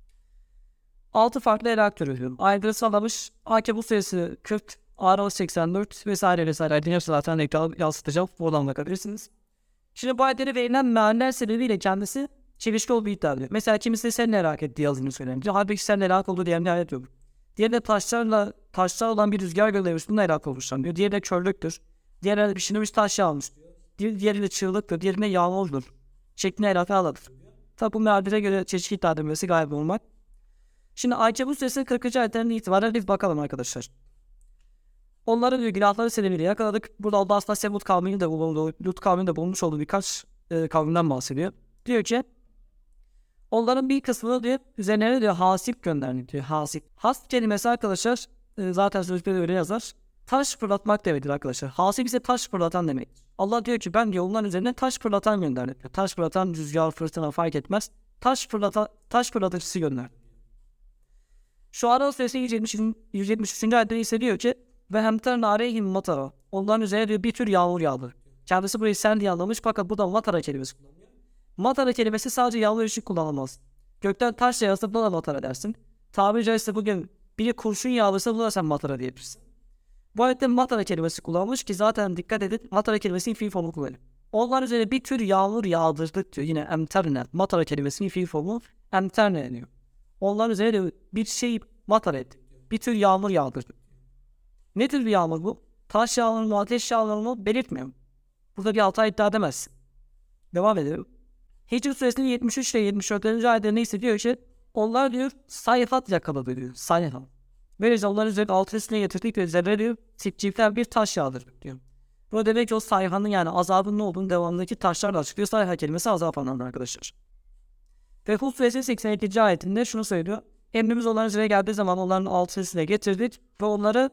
Altı farklı helak türü diyor. Ayetleri sağlamış. Ankebut suresi kırk, Araf seksen dört vesaire vesaire. Hepsi zaten ekranı yansıtacağım. Oradan bakabilirsiniz. Şimdi bu ayetleri verilen mealler sebebiyle kendisi çelişki olduğu iddia ediyor. Mesela kimisi sen helak etti yazını söylemiş. Halbuki sen helak oldu diyen bir ayet yok. Diğerinde taşlarla taşlar olan bir rüzgar göndermiş. Bununla helak olmuşlar diyor. Diğerinde körlüktür. Diğerinde pişirilmiş taş yağmış diyor. Diğerinde çığlıktır. Diğerinde yağmurdur. Şeklinde helak ağladır. Tabi bu meallere göre çelişki iddia edilmesi gayet normal. Şimdi Ankebut suresinin kırkıncı ayetlerinden itibaren bir bakalım arkadaşlar. Onların diyor günahları sebebiyle yakaladık. Burada Allah aslında Semud kavmini de bulunduğu, Lut kavmini de bulmuş olduğu birkaç e, kavminden bahsediyor. Diyor ki onların bir kısmını diyor üzerine diyor hasip gönderdik diyor hasip. Has kelimesi arkadaşlar e, zaten sözlükte öyle yazar. Taş fırlatmak demektir arkadaşlar. Hasip ise taş fırlatan demek. Allah diyor ki ben diyor onların üzerine taş fırlatan gönderdim. Taş fırlatan rüzgar fırtına fark etmez. Taş fırlatan taş fırlatıcısı gönderdim. Şu Araf suresi yüz yetmiş üçüncü ayette ise diyor ki ve hemtern aleyhim matara. Onların üzerine diyor bir tür yağmur yağdı. Kendisi burayı sen diye anlamış fakat burada matara kelimesi kullanılıyor. Matara kelimesi sadece yağmur için kullanılmaz. Gökten taş yağarsa buna da matara dersin. Tabiri caizse bugün biri kurşun yağdırsa buna sen matara diyebilirsin. Bu ayette matara kelimesi kullanılmış ki zaten dikkat edin matara kelimesinin fiil formu kullanılıyor. Onların üzerine bir tür yağmur yağdırdık diyor. Yine emterne. Matara kelimesinin fiil formu emterne deniyor. Onların üzerine bir şey matar ettik. Bir tür yağmur yağdırdık. Ne tür bir yağmur bu? Taş yağmur mu, ateş yağmur mu belirtmiyor. Burada bir hata iddia edemezsin. Devam edelim. Hicr suresinin yetmiş üç ile yetmiş dört ayetlerinde ise diyor ki onlar diyor sayfat yakaladı diyor. Sayfat. Böylece onların üzerine altı üstüne getirdik ve üzerine diyor çiftçilikten bir taş yağdırdık diyor. Bu demek ki o sayfanın yani azabın ne olduğunu devamındaki taşlarla açıklıyor. Sayfa kelimesi azap anlamında arkadaşlar. Ve Hud Suresi seksen ikinci ayetinde şunu söylüyor. Emrimiz onların üzerine geldiği zaman onların altı üstüne getirdik ve onları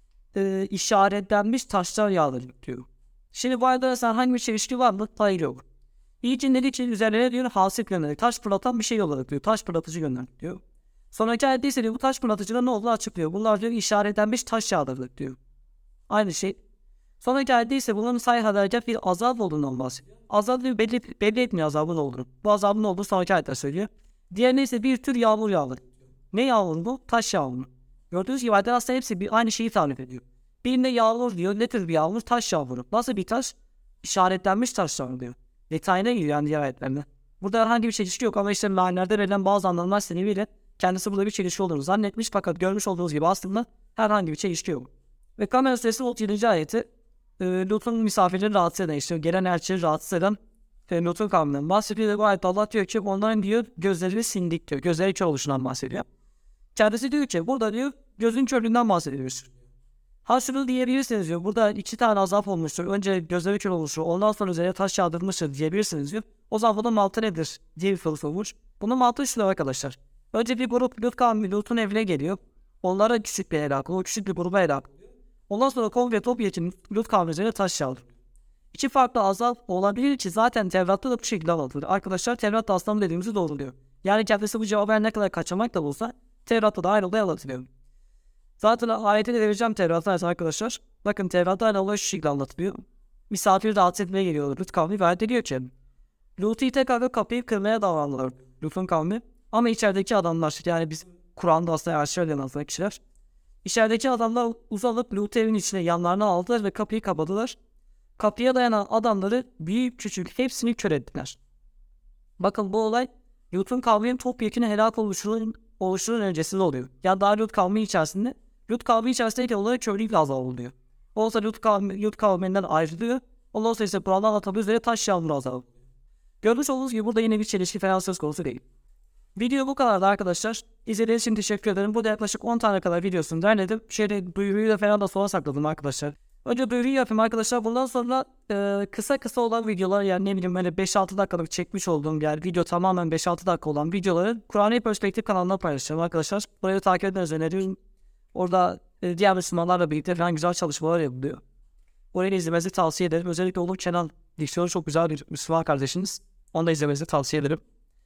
e, işaretlenmiş taşlar yağdırdık diyor. Şimdi bu ayette sen hangi bir çelişki var mı? Hayır yok. İyice dedi ki üzerine diyor hasip gönderdik. Taş fırlatan bir şey olarak diyor. Taş fırlatıcı gönderdik diyor. Sonraki ayette ise diyor bu taş fırlatıcıda ne olduğunu açıklıyor. Bunlar diyor işaretlenmiş taş yağdırdık diyor. Aynı şey. Sonraki ayette ise bunların sayhalarca bir azap olduğundan bahsediyor. Azap diyor belli, belli etmiyor azabın olduğunu. Bu azabın olduğunu sonraki ayette söylüyor. Diğerine ise bir tür yağmur yağdı. Ne yağmur bu? Taş yağmuru. Gördüğünüz gibi ayetler aslında hepsi bir, aynı şeyi tarif ediyor. Birinde yağmur diyor. Ne tür bir yağmur? Taş yağmuru. Nasıl bir taş? İşaretlenmiş taşlar diyor. Detayına giriyor yani diğer ayetlerinde. Burada herhangi bir çelişki yok ama işte meallerde verilen bazı anlamlar sebebiyle kendisi burada bir çelişki olduğunu zannetmiş fakat görmüş olduğunuz gibi aslında herhangi bir çelişki yok. Ve Kamer Suresi otuz yedinci ayeti e, Lut'un misafirleri rahatsız eden işte gelen elçileri rahatsız eden e, Lut'un kavminden bahsediyor. Bu ayette Allah diyor ki onların diyor gözleri sindik diyor. Gözleri kör oluşundan bahsediyor. Kendisi diyor ki burada diyor gözün körlüğünden bahsediyoruz. Ha şunu diyebilirsiniz diyor. Burada iki tane azap olmuştur. Önce gözleri kör olmuştur. Ondan sonra üzerine taş yağdırmıştır diyebilirsiniz diyor. O zaman bunun mantığı nedir diye bir soru sormuş. Bunun mantığı şudur arkadaşlar. Önce bir grup Lut kavmi Lut'un evine geliyor. Onlara küçük bir helak. O küçük bir gruba helak. Ondan sonra komple topyekun Lut kavmi üzerine taş yağdırıyor. İki farklı azap olabilir ki zaten Tevrat'ta da bu şekilde anlatılır. Arkadaşlar Tevrat'ta aslan dediğimizi doğruluyor. Yani kendisi bu cevabı her ne kadar kaçamak da olsa Tevrat'ta da aynı olay anlatılıyor. Zaten ayeti de vereceğim Tevrat'ta arkadaşlar. Bakın Tevrat'ta aynı olay şu şekilde anlatılıyor. Misafiri rahatsız etmeye geliyorlar Lut kavmi ve ayette diyor ki Lut'u tekrar kapıyı kırmaya davrandılar Lut'un kavmi. Ama içerideki adamlar yani bizim Kur'an'da aslında aşağı edilen aslında kişiler. İçerideki adamlar uzanıp Lut'u evin içine yanlarına aldılar ve kapıyı kapadılar. Kapıya dayanan adamları büyük küçük hepsini kör ettiler. Bakın bu olay Lut'un kavminin topyekun helak oluşunun, oluşunun öncesinde oluyor. Yani daha Lut kavmi içerisinde Lut kavmi içerisindeyken onlara körlükle azap oluyor. Olsa Lut, kavmi, Lut kavminden ayrılıyor. Ondan sonra ise Kur'an'da anlatılan üzere taş yağmuru azabı. Görmüş olduğunuz gibi burada yine bir çelişki falan söz konusu değil. Video bu kadardı arkadaşlar. İzlediğiniz için teşekkür ederim. Burada yaklaşık on tane kadar videosunu derledim. Şöyle duyuruyu da falan da sona sakladım arkadaşlar. Önce duyuruyu yapayım arkadaşlar. Bundan sonra e, kısa kısa olan videolar yani ne bileyim böyle beş altı dakikalık çekmiş olduğum yani video tamamen beş altı dakika olan videoları Kur'an-ı Perspektif kanalına paylaşacağım arkadaşlar. Burayı takip ediniz öneriyorum. Orada e, diğer Müslümanlarla birlikte falan güzel çalışmalar yapılıyor. Orayı izlemenizi tavsiye ederim. Özellikle Onur Kenan diksiyonu çok güzel bir Müslüman kardeşiniz. Onu da izlemenizi tavsiye ederim.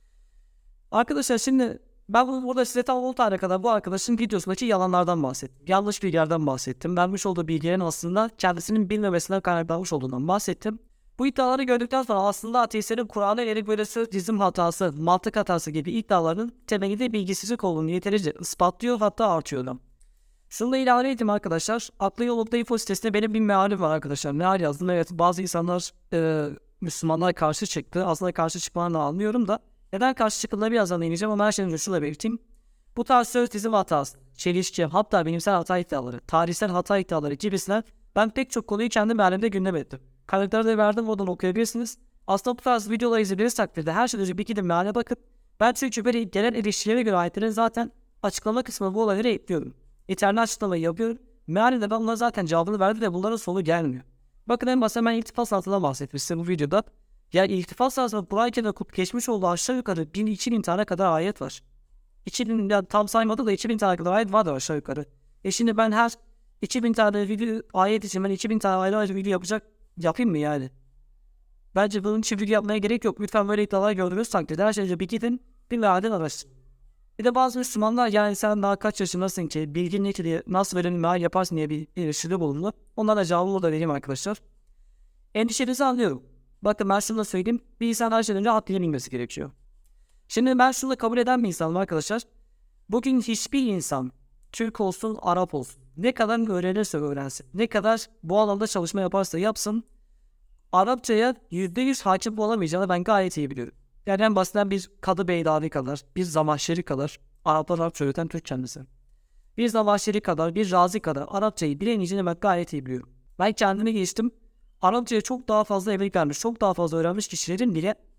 Arkadaşlar şimdi ben burada size tam on tane kadar bu arkadaşın videosundaki yalanlardan bahsettim. Yanlış bilgilerden bahsettim. Vermiş olduğu bilgilerin aslında kendisinin bilmemesinden kaynaklanmış olduğundan bahsettim. Bu iddiaları gördükten sonra aslında ateistlerin Kur'an'a yönelik böyle söz dizim hatası, mantık hatası gibi iddiaların temelinde bilgisizlik olduğunu yeterince ispatlıyor hatta artıyor. Şunu da ilave edeyim arkadaşlar. Aklı Yolunda info sitesinde benim bir mealim var arkadaşlar. Meal yazdım. Evet bazı insanlar e, Müslümanlar karşı çıktı. Aslında karşı çıkmalarını anlıyorum da. Neden karşı çıkıldığına birazdan değineceğim ama her şeyden önce şunu da belirteyim. Bu tarz söz dizim hatası, çelişki, hatta bilimsel hata iddiaları, tarihsel hata iddiaları gibisinden ben pek çok konuyu kendi mealimde gündem ettim. Kaynakları da verdim oradan okuyabilirsiniz. Aslında bu tarz videoları izlediğiniz takdirde her şeyden önce bir gidin meale bakın. Ben çünkü böyle gelen eleştirilere göre ayetlerin zaten açıklama kısmına bu olayları ekliyorum. Yeterli açıklamayı yapıyorum. Mealinde ben bunlara zaten cevabını verdim ve bunların sonu gelmiyor. Bakın en basit ben iltifat sanatından bahsetmiştim bu videoda. Yani iltifat sanatında Kur'an-ı Kerim'de geçmiş olduğu aşağı yukarı bin iki bin tane kadar ayet var. iki bin yani tam saymadı da iki bin tane kadar ayet vardır aşağı yukarı. E şimdi ben her iki bin tane video ayet için ben iki bin tane ayrı ayrı video yapacak yapayım mı yani? Bence bunun için video yapmaya gerek yok. Lütfen böyle iddialar gördüğünüz takdirde her şeyce bir gidin bir mealden araştırın. Bir de bazı Müslümanlar yani sen daha kaç yaşındasın ki bilgin ne ki diye nasıl böyle bir meal yaparsın diye bir eleştiride bulundu. Onlara cevabı burada vereyim arkadaşlar. Endişenizi anlıyorum. Bakın ben şunu da söyleyeyim. Bir insan her şeyden önce haddini bilmesi gerekiyor. Şimdi ben şunu da kabul eden bir insanım arkadaşlar. Bugün hiçbir insan Türk olsun, Arap olsun ne kadar öğrenirse öğrensin, ne kadar bu alanda çalışma yaparsa yapsın Arapçaya yüzde yüz hakim olamayacağını ben gayet iyi biliyorum. Yani en basitinden bir Kadı Beydavi kadar, bir Zamahşeri kadar Araplar Arapça öğreten Türk kendisi. Bir Zamahşeri kadar, bir Razi kadar Arapçayı bilemeyeceğini ben gayet iyi biliyorum. Ben kendimi geçtim. Arapçaya çok daha fazla emek vermiş, çok daha fazla öğrenmiş kişilerin bile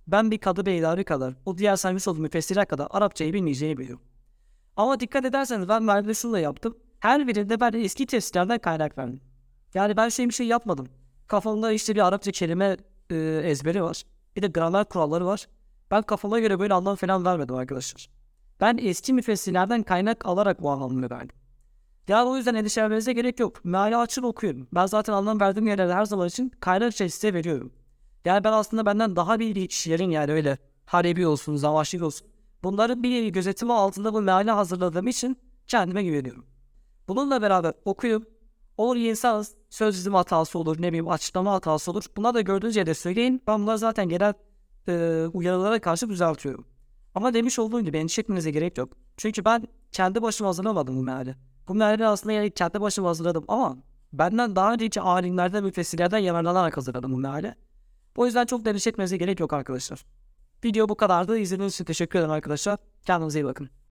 ben bir Kadı Beyleri kadar, o diğer saymış olduğum müfessirler kadar Arapçayı bilmeyeceğini biliyorum. Ama dikkat ederseniz ben Merve şunu da yaptım. Her birinde ben eski tefsirlerden kaynak verdim. Yani ben şey bir şey yapmadım. Kafamda işte bir Arapça kelime e, ezberi var. Bir de gramer kuralları var. Ben kafama göre böyle anlam falan vermedim arkadaşlar. Ben eski müfessirlerden kaynak alarak bu anlamını verdim. Yani o yüzden endişelenmenize gerek yok. Meali açın okuyun. Ben zaten anlam verdiğim yerlerde her zaman için kaynak size veriyorum. Yani ben aslında benden daha bir kişilerin yani öyle Harebi olsun, Zavaşlik olsun. Bunların bir gözetimi altında bu meali hazırladığım için kendime güveniyorum. Bununla beraber okuyup olur insan söz dizimi hatası olur, ne bileyim açıklama hatası olur. Bunlar da gördüğünüz yerde söyleyin. Ben bunları zaten genel e, uyarılara karşı düzeltiyorum. Ama demiş olduğum gibi endişe etmenize gerek yok. Çünkü ben kendi başıma hazırlamadım bu meali. Bu meali aslında yani kendi başıma hazırladım ama benden daha önceki alimlerden, müfessirlerden yararlanarak hazırladım bu meali. O yüzden çok da endişe etmenize gerek yok arkadaşlar. Video bu kadardı. İzlediğiniz için teşekkür ederim arkadaşlar. Kendinize iyi bakın.